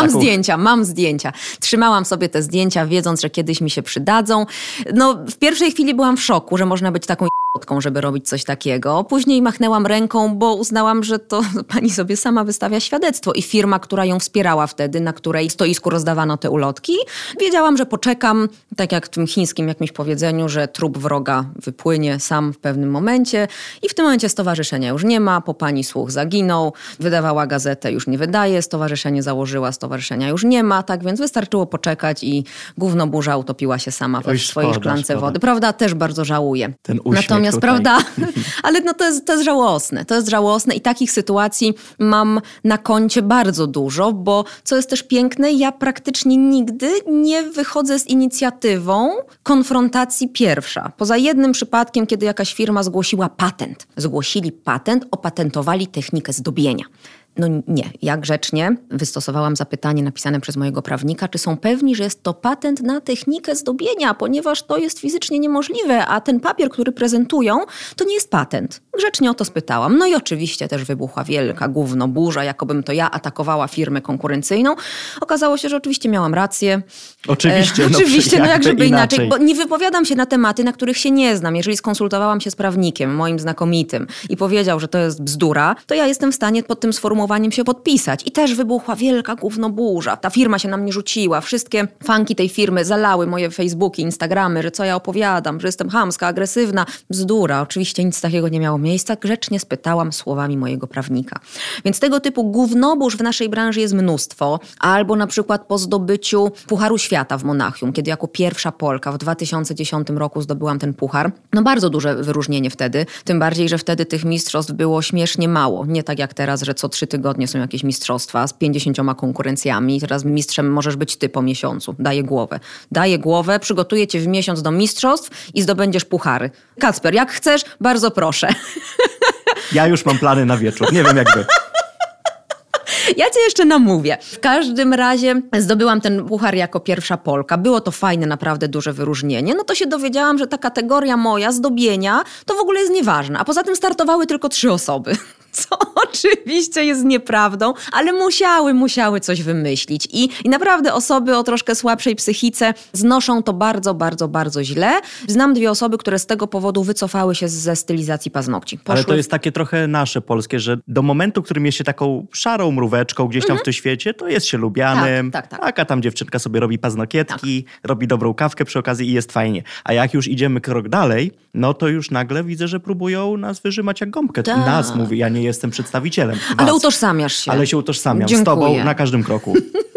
Mam zdjęcia. Trzymałam sobie te zdjęcia, wiedząc, że kiedyś mi się przydadzą. No, w pierwszej chwili byłam w szoku, że można być taką żeby robić coś takiego. Później machnęłam ręką, bo uznałam, że to pani sobie sama wystawia świadectwo. I firma, która ją wspierała wtedy, na której stoisku rozdawano te ulotki, wiedziałam, że poczekam, tak jak w tym chińskim jakimś powiedzeniu, że trup wroga wypłynie sam w pewnym momencie. I w tym momencie stowarzyszenia już nie ma, po pani słuch zaginął, wydawała gazetę, już nie wydaje, stowarzyszenie założyła, stowarzyszenia już nie ma, tak więc wystarczyło poczekać i gówno burza utopiła się sama w swojej szklance wody. Prawda? Też bardzo żałuję. Ten uśmiech Natomiast, tutaj. prawda, ale no to jest żałosne. To jest żałosne i takich sytuacji mam na koncie bardzo dużo, bo co jest też piękne, ja praktycznie nigdy nie wychodzę z inicjatywą konfrontacji pierwsza. Poza jednym przypadkiem, kiedy jakaś firma zgłosiła patent. Zgłosili patent, opatentowali technikę zdobienia. No nie, ja grzecznie wystosowałam zapytanie napisane przez mojego prawnika, czy są pewni, że jest to patent na technikę zdobienia, ponieważ to jest fizycznie niemożliwe, a ten papier, który prezentują, to nie jest patent. Grzecznie o to spytałam. No i oczywiście też wybuchła wielka gówno burza, jakobym to ja atakowała firmę konkurencyjną. Okazało się, że oczywiście miałam rację. Oczywiście, no jak żeby inaczej, bo nie wypowiadam się na tematy, na których się nie znam. Jeżeli skonsultowałam się z prawnikiem, moim znakomitym i powiedział, że to jest bzdura, to ja jestem w stanie pod tym sformułowaniem się podpisać. I też wybuchła wielka gówno burza. Ta firma się na mnie rzuciła. Wszystkie fanki tej firmy zalały moje Facebooki, Instagramy, że co ja opowiadam, że jestem chamska, agresywna. Bzdura. Oczywiście nic takiego nie miało miejsca. Grzecznie spytałam słowami mojego prawnika. Więc tego typu gównobórz w naszej branży jest mnóstwo. Albo na przykład po zdobyciu Pucharu Świata w Monachium, kiedy jako pierwsza Polka w 2010 roku zdobyłam ten puchar. No bardzo duże wyróżnienie wtedy. Tym bardziej, że wtedy tych mistrzostw było śmiesznie mało. Nie tak jak teraz, że co 3 tygodnie są jakieś mistrzostwa z 50 konkurencjami. Teraz mistrzem możesz być ty po miesiącu. Daję głowę, przygotuję cię w miesiąc do mistrzostw i zdobędziesz puchary. Kacper, jak chcesz, bardzo proszę. Ja już mam plany na wieczór. Nie wiem jak wy. Ja cię jeszcze namówię. W każdym razie zdobyłam ten puchar jako pierwsza Polka. Było to fajne, naprawdę duże wyróżnienie. No to się dowiedziałam, że ta kategoria moja, zdobienia, to w ogóle jest nieważna. A poza tym startowały tylko 3 osoby. Co oczywiście jest nieprawdą, ale musiały coś wymyślić. I naprawdę osoby o troszkę słabszej psychice znoszą to bardzo, bardzo, bardzo źle. Znam 2 osoby, które z tego powodu wycofały się ze stylizacji paznokci. Ale to jest takie trochę nasze polskie, że do momentu, w którym jest się taką szarą mróweczką gdzieś tam w tym świecie, to jest się lubianym. Tak. A tam dziewczynka sobie robi paznokietki, robi dobrą kawkę przy okazji i jest fajnie. A jak już idziemy krok dalej, no to już nagle widzę, że próbują nas wyrzymać jak gąbkę. Nas mówi, ja nie jestem przedstawicielem was. Ale utożsamiasz się. Ale się utożsamiam. Dziękuję. Z tobą na każdym kroku.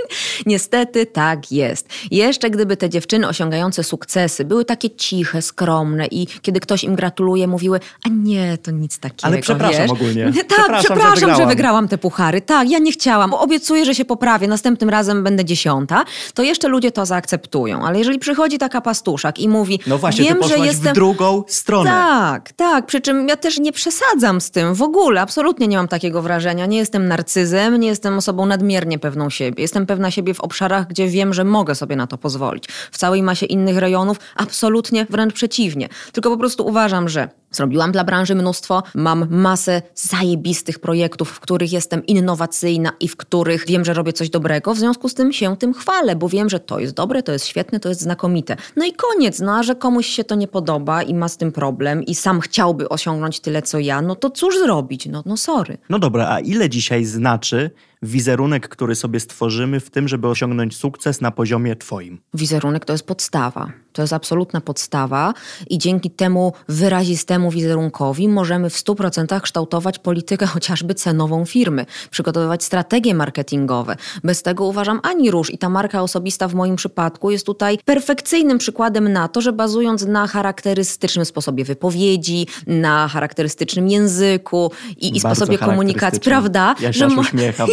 Niestety tak jest. Jeszcze gdyby te dziewczyny osiągające sukcesy były takie ciche, skromne i kiedy ktoś im gratuluje, mówiły, a nie, to nic takiego, ale przepraszam wiesz? ogólnie. Tak, przepraszam, że wygrałam te puchary. Tak, ja nie chciałam. Obiecuję, że się poprawię. Następnym razem będę 10. To jeszcze ludzie to zaakceptują. Ale jeżeli przychodzi taka pastuszak i mówi, no właśnie, wiem, ty poszłaś że jestem w drugą stronę. Tak. Przy czym ja też nie przesadzam z tym w ogóle. Absolutnie nie mam takiego wrażenia. Nie jestem narcyzem, nie jestem osobą nadmiernie pewną siebie. Jestem pewna siebie w obszarach, gdzie wiem, że mogę sobie na to pozwolić. W całej masie innych rejonów absolutnie wręcz przeciwnie. Tylko po prostu uważam, że zrobiłam dla branży mnóstwo, mam masę zajebistych projektów, w których jestem innowacyjna i w których wiem, że robię coś dobrego. W związku z tym się tym chwalę, bo wiem, że to jest dobre, to jest świetne, to jest znakomite. No i koniec. No a że komuś się to nie podoba i ma z tym problem i sam chciałby osiągnąć tyle, co ja, no to cóż zrobić? No sorry. No dobra, a ile dzisiaj znaczy wizerunek, który sobie stworzymy w tym, żeby osiągnąć sukces na poziomie twoim? Wizerunek to jest podstawa. To jest absolutna podstawa i dzięki temu wyrazistemu wizerunkowi możemy w 100% kształtować politykę chociażby cenową firmy, przygotowywać strategie marketingowe. Bez tego uważam ani rusz i ta marka osobista w moim przypadku jest tutaj perfekcyjnym przykładem na to, że bazując na charakterystycznym sposobie wypowiedzi, na charakterystycznym języku i sposobie komunikacji, prawda? Ja się aż uśmiecham.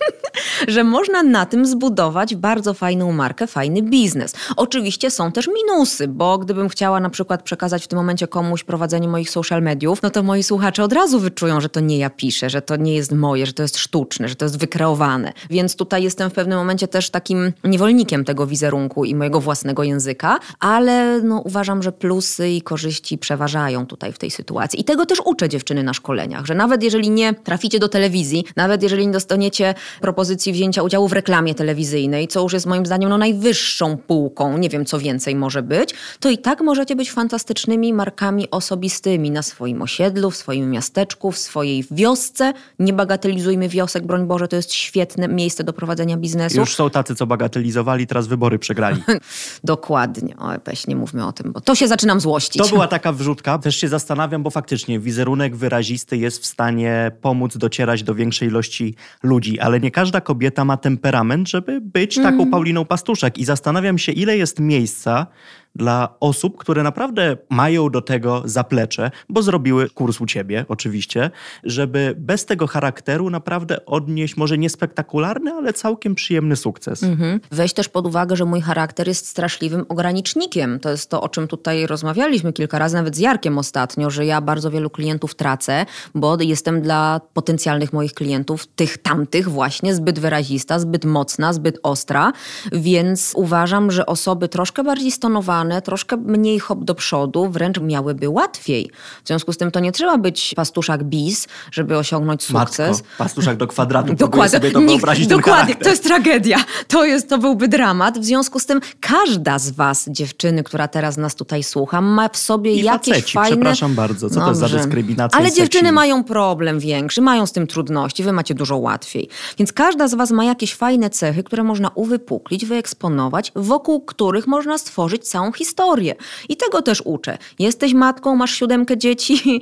Że można na tym zbudować bardzo fajną markę, fajny biznes. Oczywiście są też minusy, bo gdybym chciała na przykład przekazać w tym momencie komuś prowadzenie moich social mediów, no to moi słuchacze od razu wyczują, że to nie ja piszę, że to nie jest moje, że to jest sztuczne, że to jest wykreowane. Więc tutaj jestem w pewnym momencie też takim niewolnikiem tego wizerunku i mojego własnego języka, ale no uważam, że plusy i korzyści przeważają tutaj w tej sytuacji. I tego też uczę dziewczyny na szkoleniach, że nawet jeżeli nie traficie do telewizji, nawet jeżeli nie dostaniecie propozycji wzięcia udziału w reklamie telewizyjnej, co już jest moim zdaniem najwyższą półką, nie wiem co więcej może być, to i tak możecie być fantastycznymi markami osobistymi na swoim osiedlu, w swoim miasteczku, w swojej wiosce. Nie bagatelizujmy wiosek, broń Boże, to jest świetne miejsce do prowadzenia biznesu. Już są tacy, co bagatelizowali, teraz wybory przegrali. Dokładnie. Oj, weź nie mówmy o tym, bo to się zaczynam złościć. To była taka wrzutka. Też się zastanawiam, bo faktycznie wizerunek wyrazisty jest w stanie pomóc docierać do większej ilości ludzi, ale nie każda kobieta ma temperament, żeby być taką Pauliną Pastuszek. I zastanawiam się, ile jest miejsca dla osób, które naprawdę mają do tego zaplecze, bo zrobiły kurs u ciebie oczywiście, żeby bez tego charakteru naprawdę odnieść może nie spektakularny, ale całkiem przyjemny sukces. Weź też pod uwagę, że mój charakter jest straszliwym ogranicznikiem. To jest to, o czym tutaj rozmawialiśmy kilka razy, nawet z Jarkiem ostatnio, że ja bardzo wielu klientów tracę, bo jestem dla potencjalnych moich klientów, tych tamtych właśnie, zbyt wyrazista, zbyt mocna, zbyt ostra, więc uważam, że osoby troszkę bardziej stonowane, troszkę mniej hop do przodu, wręcz miałyby łatwiej. W związku z tym to nie trzeba być pastuszak bis, żeby osiągnąć sukces. Matko, pastuszak do kwadratu. Próbuję sobie to wyobrazić, ten dokładnie, charakter. to jest tragedia. To byłby dramat. W związku z tym każda z was, dziewczyny, która teraz nas tutaj słucha, ma w sobie i jakieś faceci, fajne... przepraszam bardzo, co to jest za dyskryminacja? Ale dziewczyny mają problem większy, mają z tym trudności, wy macie dużo łatwiej. Więc każda z was ma jakieś fajne cechy, które można uwypuklić, wyeksponować, wokół których można stworzyć całą historię. I tego też uczę. Jesteś matką, masz 7 dzieci.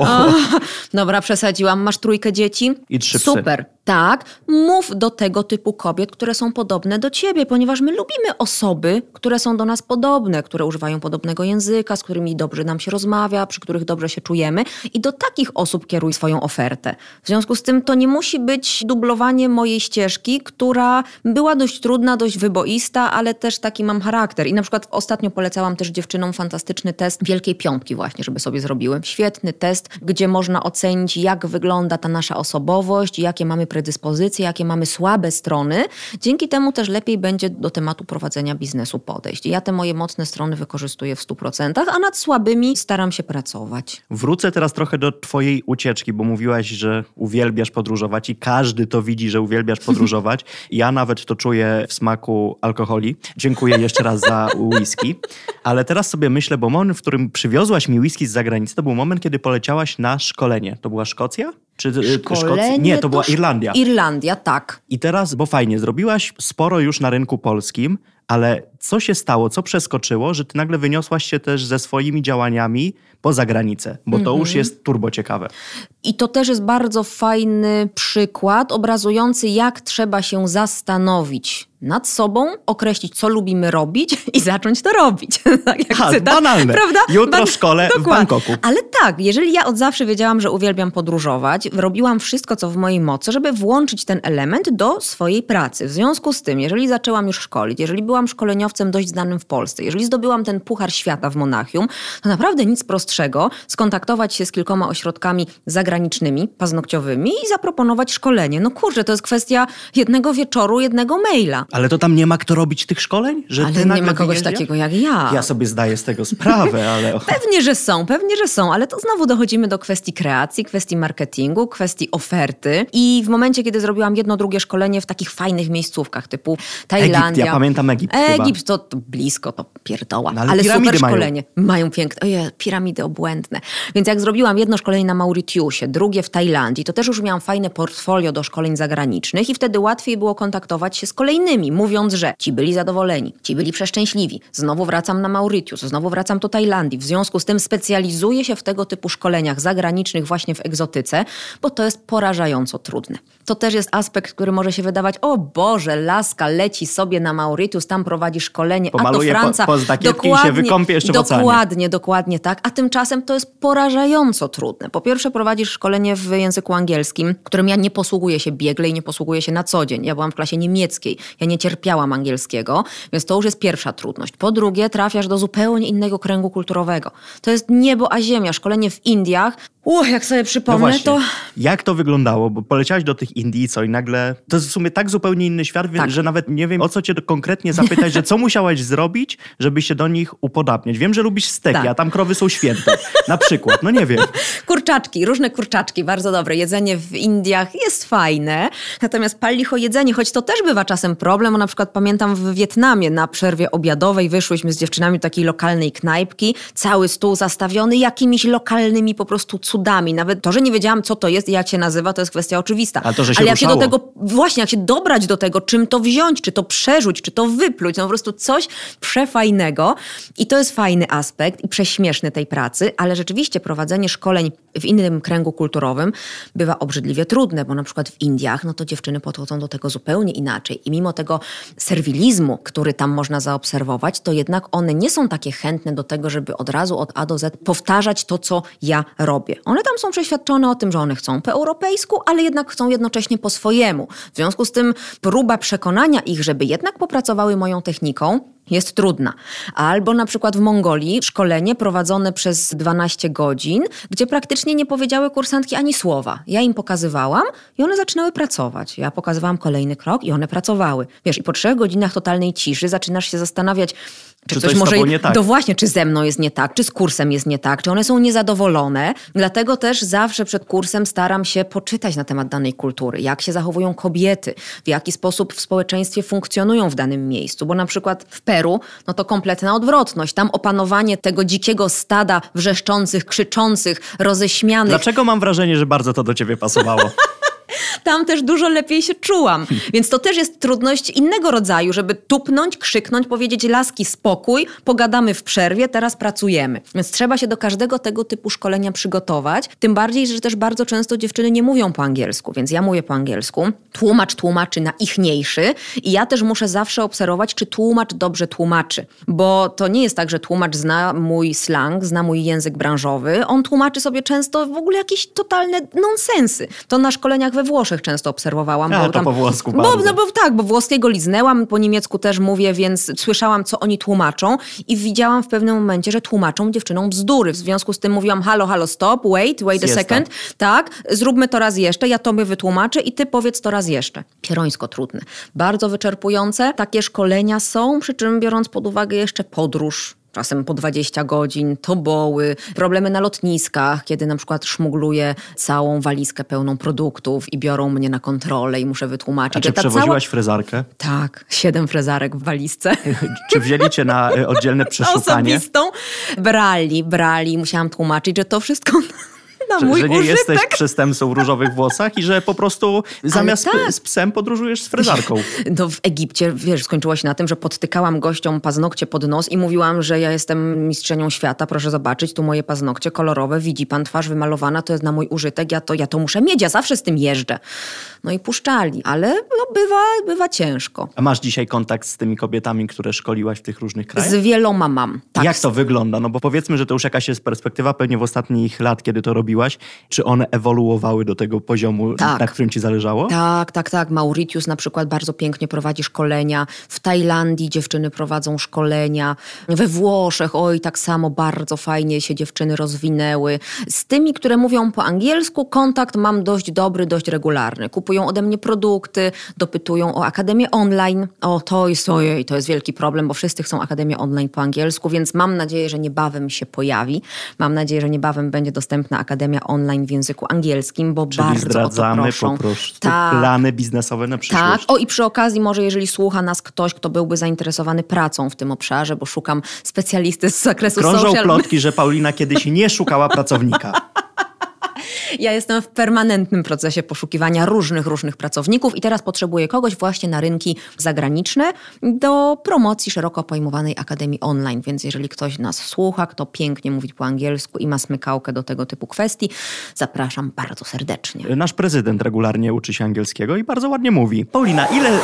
Dobra, przesadziłam. Masz 3 dzieci. I 3 psy. Super. Tak, mów do tego typu kobiet, które są podobne do ciebie, ponieważ my lubimy osoby, które są do nas podobne, które używają podobnego języka, z którymi dobrze nam się rozmawia, przy których dobrze się czujemy i do takich osób kieruj swoją ofertę. W związku z tym to nie musi być dublowanie mojej ścieżki, która była dość trudna, dość wyboista, ale też taki mam charakter. I na przykład ostatnio polecałam też dziewczynom fantastyczny test Wielkiej Piątki właśnie, żeby sobie zrobiły. Świetny test, gdzie można ocenić, jak wygląda ta nasza osobowość, jakie mamy predyspozycje, jakie mamy słabe strony. Dzięki temu też lepiej będzie do tematu prowadzenia biznesu podejść. Ja te moje mocne strony wykorzystuję w 100%, a nad słabymi staram się pracować. Wrócę teraz trochę do twojej ucieczki, bo mówiłaś, że uwielbiasz podróżować i każdy to widzi, że uwielbiasz podróżować. Ja nawet to czuję w smaku alkoholi. Dziękuję jeszcze raz za whisky. Ale teraz sobie myślę, bo moment, w którym przywiozłaś mi whisky z zagranicy, to był moment, kiedy poleciałaś na szkolenie. To była Szkocja? Czy Szkocja? Nie, to była Irlandia. Irlandia, tak. I teraz, bo fajnie, zrobiłaś sporo już na rynku polskim, ale co się stało, co przeskoczyło, że ty nagle wyniosłaś się też ze swoimi działaniami poza granicę? Bo to już jest turbo ciekawe. I to też jest bardzo fajny przykład obrazujący, jak trzeba się zastanowić nad sobą, określić, co lubimy robić i zacząć to robić. Tak jak cytat, banalne. Prawda? Jutro w szkole w Bangkoku. Ale tak, jeżeli ja od zawsze wiedziałam, że uwielbiam podróżować, robiłam wszystko, co w mojej mocy, żeby włączyć ten element do swojej pracy. W związku z tym, jeżeli zaczęłam już szkolić, jeżeli byłam szkoleniowcem dość znanym w Polsce, jeżeli zdobyłam ten Puchar Świata w Monachium, to naprawdę nic prostszego skontaktować się z kilkoma ośrodkami zagranicznymi, paznokciowymi i zaproponować szkolenie. No kurczę, to jest kwestia jednego wieczoru, jednego maila. Ale to tam nie ma kto robić tych szkoleń? Że ale ty nie ma kogoś takiego jak ja. Ja sobie zdaję z tego sprawę, ale... Pewnie, że są, ale to znowu dochodzimy do kwestii kreacji, kwestii marketingu, kwestii oferty. I w momencie, kiedy zrobiłam jedno, drugie szkolenie w takich fajnych miejscówkach typu Tajlandia. Egipt, ja pamiętam Egipt Egipt to blisko, to pierdoła. No, ale super szkolenie. Mają piękne, piramidy obłędne. Więc jak zrobiłam jedno szkolenie na Mauritiusie, drugie w Tajlandii, to też już miałam fajne portfolio do szkoleń zagranicznych i wtedy łatwiej było kontaktować się z kolejnymi, mówiąc, że ci byli zadowoleni, ci byli przeszczęśliwi. Znowu wracam na Mauritius, znowu wracam do Tajlandii. W związku z tym specjalizuję się w tego typu szkoleniach zagranicznych właśnie w egzotyce, bo to jest porażająco trudne. To też jest aspekt, który może się wydawać, o Boże, laska leci sobie na Mauritius, tam prowadzi szkolenie, pomaluje, a to Franca... i się wykąpie jeszcze w oceanie. Dokładnie tak. A tymczasem to jest porażająco trudne. Po pierwsze prowadzisz szkolenie w języku angielskim, którym ja nie posługuję się biegle i nie posługuję się na co dzień. Ja byłam w klasie niemieckiej. Ja nie cierpiałam angielskiego, więc to już jest pierwsza trudność. Po drugie, trafiasz do zupełnie innego kręgu kulturowego. To jest niebo a ziemia. Szkolenie w Indiach, jak sobie przypomnę, no to... Jak to wyglądało? Bo poleciałaś do tych Indii, co i nagle... To jest w sumie tak zupełnie inny świat, tak, że nawet nie wiem, o co cię konkretnie zapytać, że co musiałaś zrobić, żeby się do nich upodabniać. Wiem, że lubisz steki, tak, a tam krowy są święte. Na przykład, no nie wiem. Kurczaczki, różne kurczaczki, bardzo dobre. Jedzenie w Indiach jest fajne, natomiast pal licho jedzenie, choć to też bywa czasem problem, bo na przykład pamiętam w Wietnamie na przerwie obiadowej wyszłyśmy z dziewczynami do takiej lokalnej knajpki, cały stół zastawiony jakimiś lokalnymi po prostu cudami. Nawet to, że nie wiedziałam, co to jest i jak się nazywa, to jest kwestia oczywista. Ale jak się do tego, właśnie jak się dobrać do tego, czym to wziąć, czy to przerzuć, czy to wypluć, no po prostu coś przefajnego. I to jest fajny aspekt i prześmieszny tej pracy, ale rzeczywiście prowadzenie szkoleń w innym kręgu kulturowym bywa obrzydliwie trudne, bo na przykład w Indiach, no to dziewczyny podchodzą do tego zupełnie inaczej. I mimo tego serwilizmu, który tam można zaobserwować, to jednak one nie są takie chętne do tego, żeby od razu od A do Z powtarzać to, co ja robię. One tam są przeświadczone o tym, że one chcą po europejsku, ale jednak chcą jednocześnie po swojemu. W związku z tym próba przekonania ich, żeby jednak popracowały moją techniką, jest trudna. Albo na przykład w Mongolii szkolenie prowadzone przez 12 godzin, gdzie praktycznie nie powiedziały kursantki ani słowa. Ja im pokazywałam i one zaczynały pracować. Ja pokazywałam kolejny krok i one pracowały. Wiesz, i po 3 godzinach totalnej ciszy zaczynasz się zastanawiać, czy coś może... nie tak? To właśnie, czy ze mną jest nie tak, czy z kursem jest nie tak, czy one są niezadowolone. Dlatego też zawsze przed kursem staram się poczytać na temat danej kultury. Jak się zachowują kobiety, w jaki sposób w społeczeństwie funkcjonują w danym miejscu. Bo na przykład w Peru, no to kompletna odwrotność. Tam opanowanie tego dzikiego stada wrzeszczących, krzyczących, roześmianych. Dlaczego mam wrażenie, że bardzo to do ciebie pasowało? Tam też dużo lepiej się czułam. Więc to też jest trudność innego rodzaju, żeby tupnąć, krzyknąć, powiedzieć laski spokój, pogadamy w przerwie, teraz pracujemy. Więc trzeba się do każdego tego typu szkolenia przygotować. Tym bardziej, że też bardzo często dziewczyny nie mówią po angielsku, więc ja mówię po angielsku. Tłumacz tłumaczy na ichniejszy i ja też muszę zawsze obserwować, czy tłumacz dobrze tłumaczy. Bo to nie jest tak, że tłumacz zna mój slang, zna mój język branżowy. On tłumaczy sobie często w ogóle jakieś totalne nonsensy. To na szkoleniach we Włoszech często obserwowałam. A, bo to tam, po włosku bardzo. Bo włoskiego liznęłam, po niemiecku też mówię, więc słyszałam, co oni tłumaczą i widziałam w pewnym momencie, że tłumaczą dziewczynom bzdury. W związku z tym mówiłam, halo, stop, wait a second. Tak, zróbmy to raz jeszcze, ja tobie wytłumaczę i ty powiedz to raz jeszcze. Pierońsko trudne. Bardzo wyczerpujące. Takie szkolenia są, przy czym biorąc pod uwagę jeszcze podróż, czasem po 20 godzin, toboły, problemy na lotniskach, kiedy na przykład szmugluję całą walizkę pełną produktów i biorą mnie na kontrolę i muszę wytłumaczyć. A czy przewoziłaś frezarkę? Tak, 7 frezarek w walizce. Czy wzięli cię na oddzielne przeszukanie? Osobistą? Brali. Musiałam tłumaczyć, że to wszystko... Że nie jesteś przestępcą w różowych włosach i że po prostu zamiast z psem podróżujesz z frezarką. No w Egipcie, skończyło się na tym, że podtykałam gościom paznokcie pod nos i mówiłam, że ja jestem mistrzynią świata, proszę zobaczyć, tu moje paznokcie kolorowe, widzi pan, twarz wymalowana, to jest na mój użytek, ja to muszę mieć, ja zawsze z tym jeżdżę. No i puszczali, ale bywa ciężko. A masz dzisiaj kontakt z tymi kobietami, które szkoliłaś w tych różnych krajach? Z wieloma mam. Tak. Jak to wygląda? No bo powiedzmy, że to już jakaś jest perspektywa pewnie w ostatnich lat, kiedy to robiłaś. Czy one ewoluowały do tego poziomu, na którym ci zależało? Tak. Mauritius na przykład bardzo pięknie prowadzi szkolenia. W Tajlandii dziewczyny prowadzą szkolenia. We Włoszech, tak samo bardzo fajnie się dziewczyny rozwinęły. Z tymi, które mówią po angielsku, kontakt mam dość dobry, dość regularny. Kupują ode mnie produkty, dopytują o Akademię Online. To jest wielki problem, bo wszyscy chcą Akademię Online po angielsku, więc mam nadzieję, że niebawem się pojawi. Mam nadzieję, że niebawem będzie dostępna Akademia Online w języku angielskim, bo czyli bardzo zdradzamy o to proszą. Po prostu plany biznesowe na przyszłość. Tak. I przy okazji może, jeżeli słucha nas ktoś, kto byłby zainteresowany pracą w tym obszarze, bo szukam specjalisty z zakresu social... Krążą plotki, że Paulina kiedyś nie szukała pracownika. Ja jestem w permanentnym procesie poszukiwania różnych pracowników i teraz potrzebuję kogoś właśnie na rynki zagraniczne do promocji szeroko pojmowanej Akademii Online. Więc jeżeli ktoś nas słucha, kto pięknie mówi po angielsku i ma smykałkę do tego typu kwestii, zapraszam bardzo serdecznie. Nasz prezydent regularnie uczy się angielskiego i bardzo ładnie mówi. Paulina,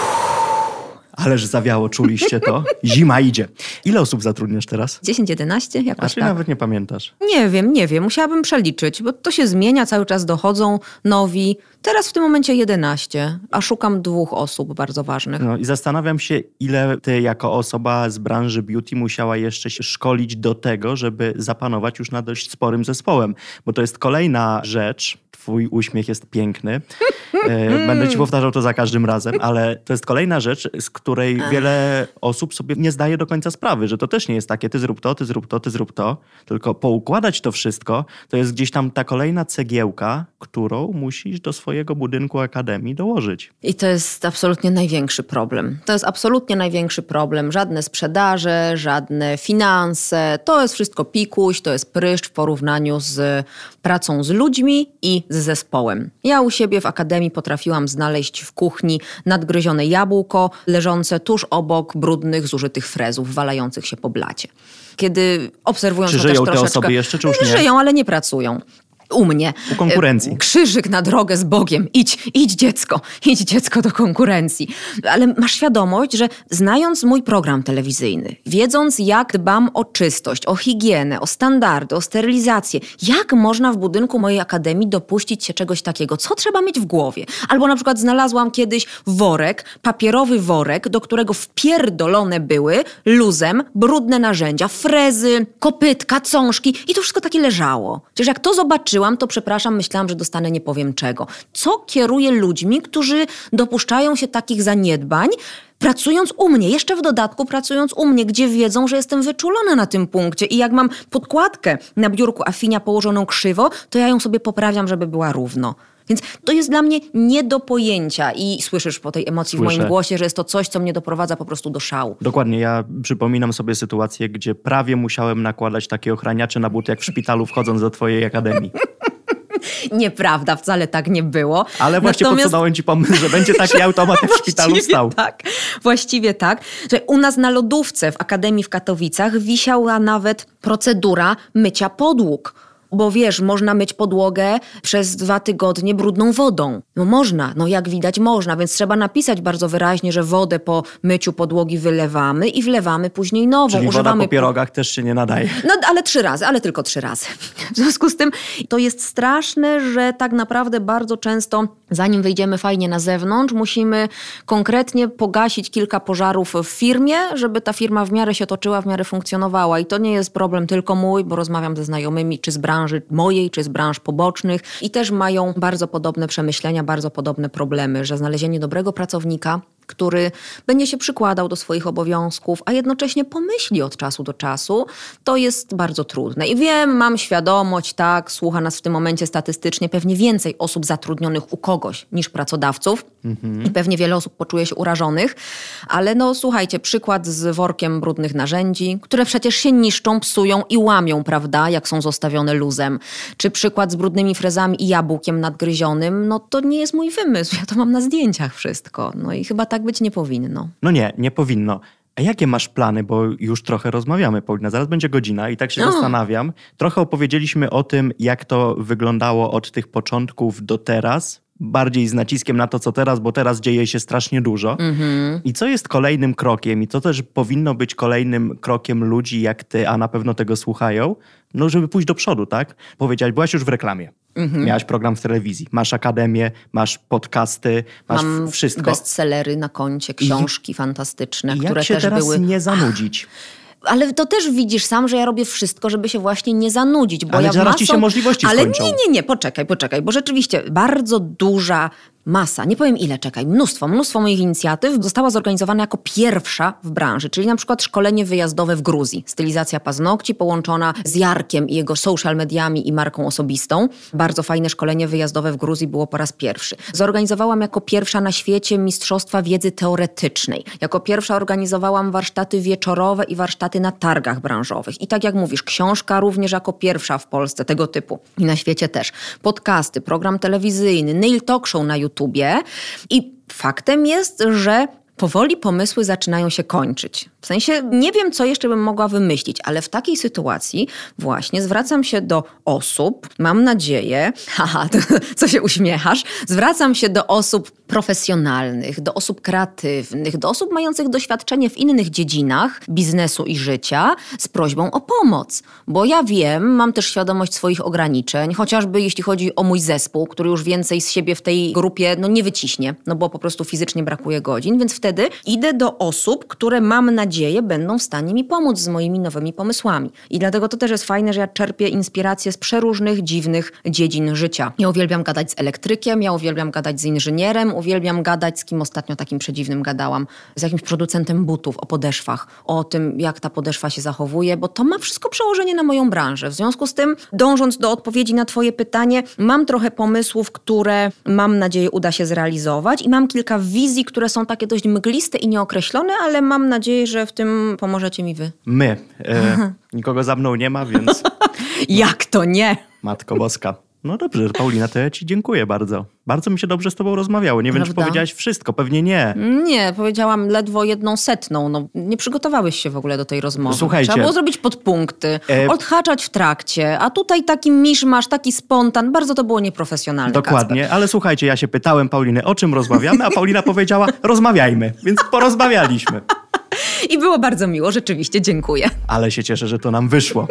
Ależ zawiało, czuliście to? Zima idzie. Ile osób zatrudniasz teraz? 10-11? Jakoś tak. Nawet nie pamiętasz? Nie wiem. Musiałabym przeliczyć, bo to się zmienia, cały czas dochodzą nowi. Teraz w tym momencie 11, a szukam 2 osób bardzo ważnych. No i zastanawiam się, ile ty jako osoba z branży beauty musiała jeszcze się szkolić do tego, żeby zapanować już nad dość sporym zespołem. Bo to jest kolejna rzecz. Twój uśmiech jest piękny. Będę ci powtarzał to za każdym razem, ale to jest kolejna rzecz, z której wiele osób sobie nie zdaje do końca sprawy, że to też nie jest takie ty zrób to, tylko poukładać to wszystko, to jest gdzieś tam ta kolejna cegiełka, którą musisz do swojego budynku akademii dołożyć. I to jest absolutnie największy problem. Żadne sprzedaże, żadne finanse. To jest wszystko pikuś, to jest pryszcz w porównaniu z pracą z ludźmi i z zespołem. Ja u siebie w akademii potrafiłam znaleźć w kuchni nadgryzione jabłko leżące tuż obok brudnych, zużytych frezów walających się po blacie. Kiedy obserwując to też troszeczkę... Czy żyją te osoby jeszcze, czy już nie? Żyją, ale nie pracują. U mnie. U konkurencji. Krzyżyk na drogę z Bogiem. Idź dziecko do konkurencji. Ale masz świadomość, że znając mój program telewizyjny, wiedząc jak dbam o czystość, o higienę, o standardy, o sterylizację, jak można w budynku mojej akademii dopuścić się czegoś takiego? Co trzeba mieć w głowie? Albo na przykład znalazłam kiedyś papierowy worek, do którego wpierdolone były luzem brudne narzędzia, frezy, kopytka, cążki i to wszystko takie leżało. Przecież jak to zobaczyłam, to myślałam, że dostanę nie powiem czego. Co kieruje ludźmi, którzy dopuszczają się takich zaniedbań, pracując u mnie, jeszcze w dodatku pracując u mnie, gdzie wiedzą, że jestem wyczulona na tym punkcie i jak mam podkładkę na biurku, a finia położoną krzywo, to ja ją sobie poprawiam, żeby była równo. Więc to jest dla mnie nie do pojęcia i słyszysz po tej emocji w moim głosie, że jest to coś, co mnie doprowadza po prostu do szału. Dokładnie. Ja przypominam sobie sytuację, gdzie prawie musiałem nakładać takie ochraniacze na buty, jak w szpitalu wchodząc do twojej akademii. Nieprawda, wcale tak nie było. Ale właśnie podsunąłem ci pomysł, że będzie taki automat w szpitalu stał. Właściwie tak. Że u nas na lodówce w Akademii w Katowicach wisiała nawet procedura mycia podłóg. Bo wiesz, można myć podłogę przez 2 tygodnie brudną wodą. No można, no jak widać można, więc trzeba napisać bardzo wyraźnie, że wodę po myciu podłogi wylewamy i wlewamy później nową. Czyli woda po pierogach też się nie nadaje. No ale 3 razy, ale tylko 3 razy. W związku z tym to jest straszne, że tak naprawdę bardzo często, zanim wyjdziemy fajnie na zewnątrz, musimy konkretnie pogasić kilka pożarów w firmie, żeby ta firma w miarę się toczyła, w miarę funkcjonowała. I to nie jest problem tylko mój, bo rozmawiam ze znajomymi, czy z branży mojej, czy z branż pobocznych i też mają bardzo podobne przemyślenia, bardzo podobne problemy, że znalezienie dobrego pracownika, który będzie się przykładał do swoich obowiązków, a jednocześnie pomyśli od czasu do czasu, to jest bardzo trudne. I wiem, mam świadomość, tak, słucha nas w tym momencie statystycznie pewnie więcej osób zatrudnionych u kogoś niż pracodawców i pewnie wiele osób poczuje się urażonych, ale no słuchajcie, przykład z workiem brudnych narzędzi, które przecież się niszczą, psują i łamią, prawda, jak są zostawione luzem. Czy przykład z brudnymi frezami i jabłkiem nadgryzionym, no to nie jest mój wymysł, ja to mam na zdjęciach wszystko. No i chyba tak być nie powinno. No nie powinno. A jakie masz plany? Bo już trochę rozmawiamy, Paulina. Zaraz będzie godzina i tak się zastanawiam. Trochę opowiedzieliśmy o tym, jak to wyglądało od tych początków do teraz. Bardziej z naciskiem na to, co teraz, bo teraz dzieje się strasznie dużo. I co jest kolejnym krokiem? I co też powinno być kolejnym krokiem ludzi jak ty, a na pewno tego słuchają, no żeby pójść do przodu, tak? Powiedziałaś, byłaś już w reklamie. Miałaś program w telewizji, masz akademię, masz podcasty, masz wszystko. Mam bestsellery na koncie, książki fantastyczne, które też były... Jak się teraz nie zanudzić? Ale to też widzisz sam, że ja robię wszystko, żeby się właśnie nie zanudzić. Bo ale ja zaraz ci się możliwości skończą. Ale nie, poczekaj, bo rzeczywiście bardzo duża masa, nie powiem ile, czekaj, mnóstwo moich inicjatyw została zorganizowana jako pierwsza w branży, czyli na przykład szkolenie wyjazdowe w Gruzji, stylizacja paznokci połączona z Jarkiem i jego social mediami i marką osobistą. Bardzo fajne szkolenie wyjazdowe w Gruzji było po raz pierwszy. Zorganizowałam jako pierwsza na świecie mistrzostwa wiedzy teoretycznej. Jako pierwsza organizowałam warsztaty wieczorowe i warsztaty na targach branżowych. I tak jak mówisz, książka również jako pierwsza w Polsce tego typu i na świecie też. Podcasty, program telewizyjny, Nail Talk Show na YouTubie. I faktem jest, że powoli pomysły zaczynają się kończyć. W sensie nie wiem, co jeszcze bym mogła wymyślić, ale w takiej sytuacji właśnie zwracam się do osób, mam nadzieję, co się uśmiechasz, zwracam się do osób profesjonalnych, do osób kreatywnych, do osób mających doświadczenie w innych dziedzinach biznesu i życia z prośbą o pomoc. Bo ja wiem, mam też świadomość swoich ograniczeń, chociażby jeśli chodzi o mój zespół, który już więcej z siebie w tej grupie nie wyciśnie, bo po prostu fizycznie brakuje godzin, więc wtedy idę do osób, które mam nadzieję będą w stanie mi pomóc z moimi nowymi pomysłami. I dlatego to też jest fajne, że ja czerpię inspiracje z przeróżnych, dziwnych dziedzin życia. Ja uwielbiam gadać z elektrykiem, ja uwielbiam gadać z inżynierem, uwielbiam gadać, z kim ostatnio takim przedziwnym gadałam, z jakimś producentem butów o podeszwach, o tym, jak ta podeszwa się zachowuje, bo to ma wszystko przełożenie na moją branżę. W związku z tym, dążąc do odpowiedzi na twoje pytanie, mam trochę pomysłów, które mam nadzieję uda się zrealizować i mam kilka wizji, które są takie dość mgliste i nieokreślone, ale mam nadzieję, że w tym pomożecie mi wy. My. Nikogo za mną nie ma, więc... Jak to nie? Matko Boska. No dobrze, Paulina, to ja ci dziękuję bardzo. Bardzo mi się dobrze z tobą rozmawiało. Nie wiem, czy powiedziałaś wszystko, pewnie nie. Nie, powiedziałam ledwo 1/100. Nie przygotowałeś się w ogóle do tej rozmowy. Słuchajcie. Trzeba było zrobić podpunkty, odhaczać w trakcie, a tutaj taki miszmasz, taki spontan, bardzo to było nieprofesjonalne. Dokładnie, Kacper. Ale słuchajcie, ja się pytałem Pauliny, o czym rozmawiamy, a Paulina powiedziała, rozmawiajmy, więc porozmawialiśmy. I było bardzo miło, rzeczywiście, dziękuję. Ale się cieszę, że to nam wyszło.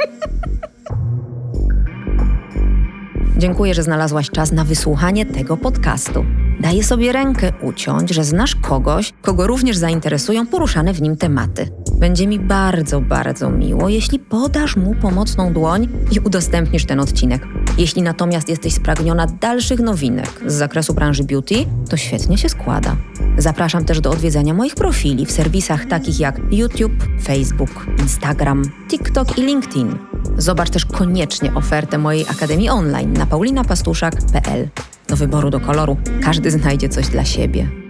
Dziękuję, że znalazłaś czas na wysłuchanie tego podcastu. Daję sobie rękę uciąć, że znasz kogoś, kogo również zainteresują poruszane w nim tematy. Będzie mi bardzo, bardzo miło, jeśli podasz mu pomocną dłoń i udostępnisz ten odcinek. Jeśli natomiast jesteś spragniona dalszych nowinek z zakresu branży beauty, to świetnie się składa. Zapraszam też do odwiedzania moich profili w serwisach takich jak YouTube, Facebook, Instagram, TikTok i LinkedIn. Zobacz też koniecznie ofertę mojej Akademii Online na paulinapastuszak.pl. Do wyboru, do koloru, każdy znajdzie coś dla siebie.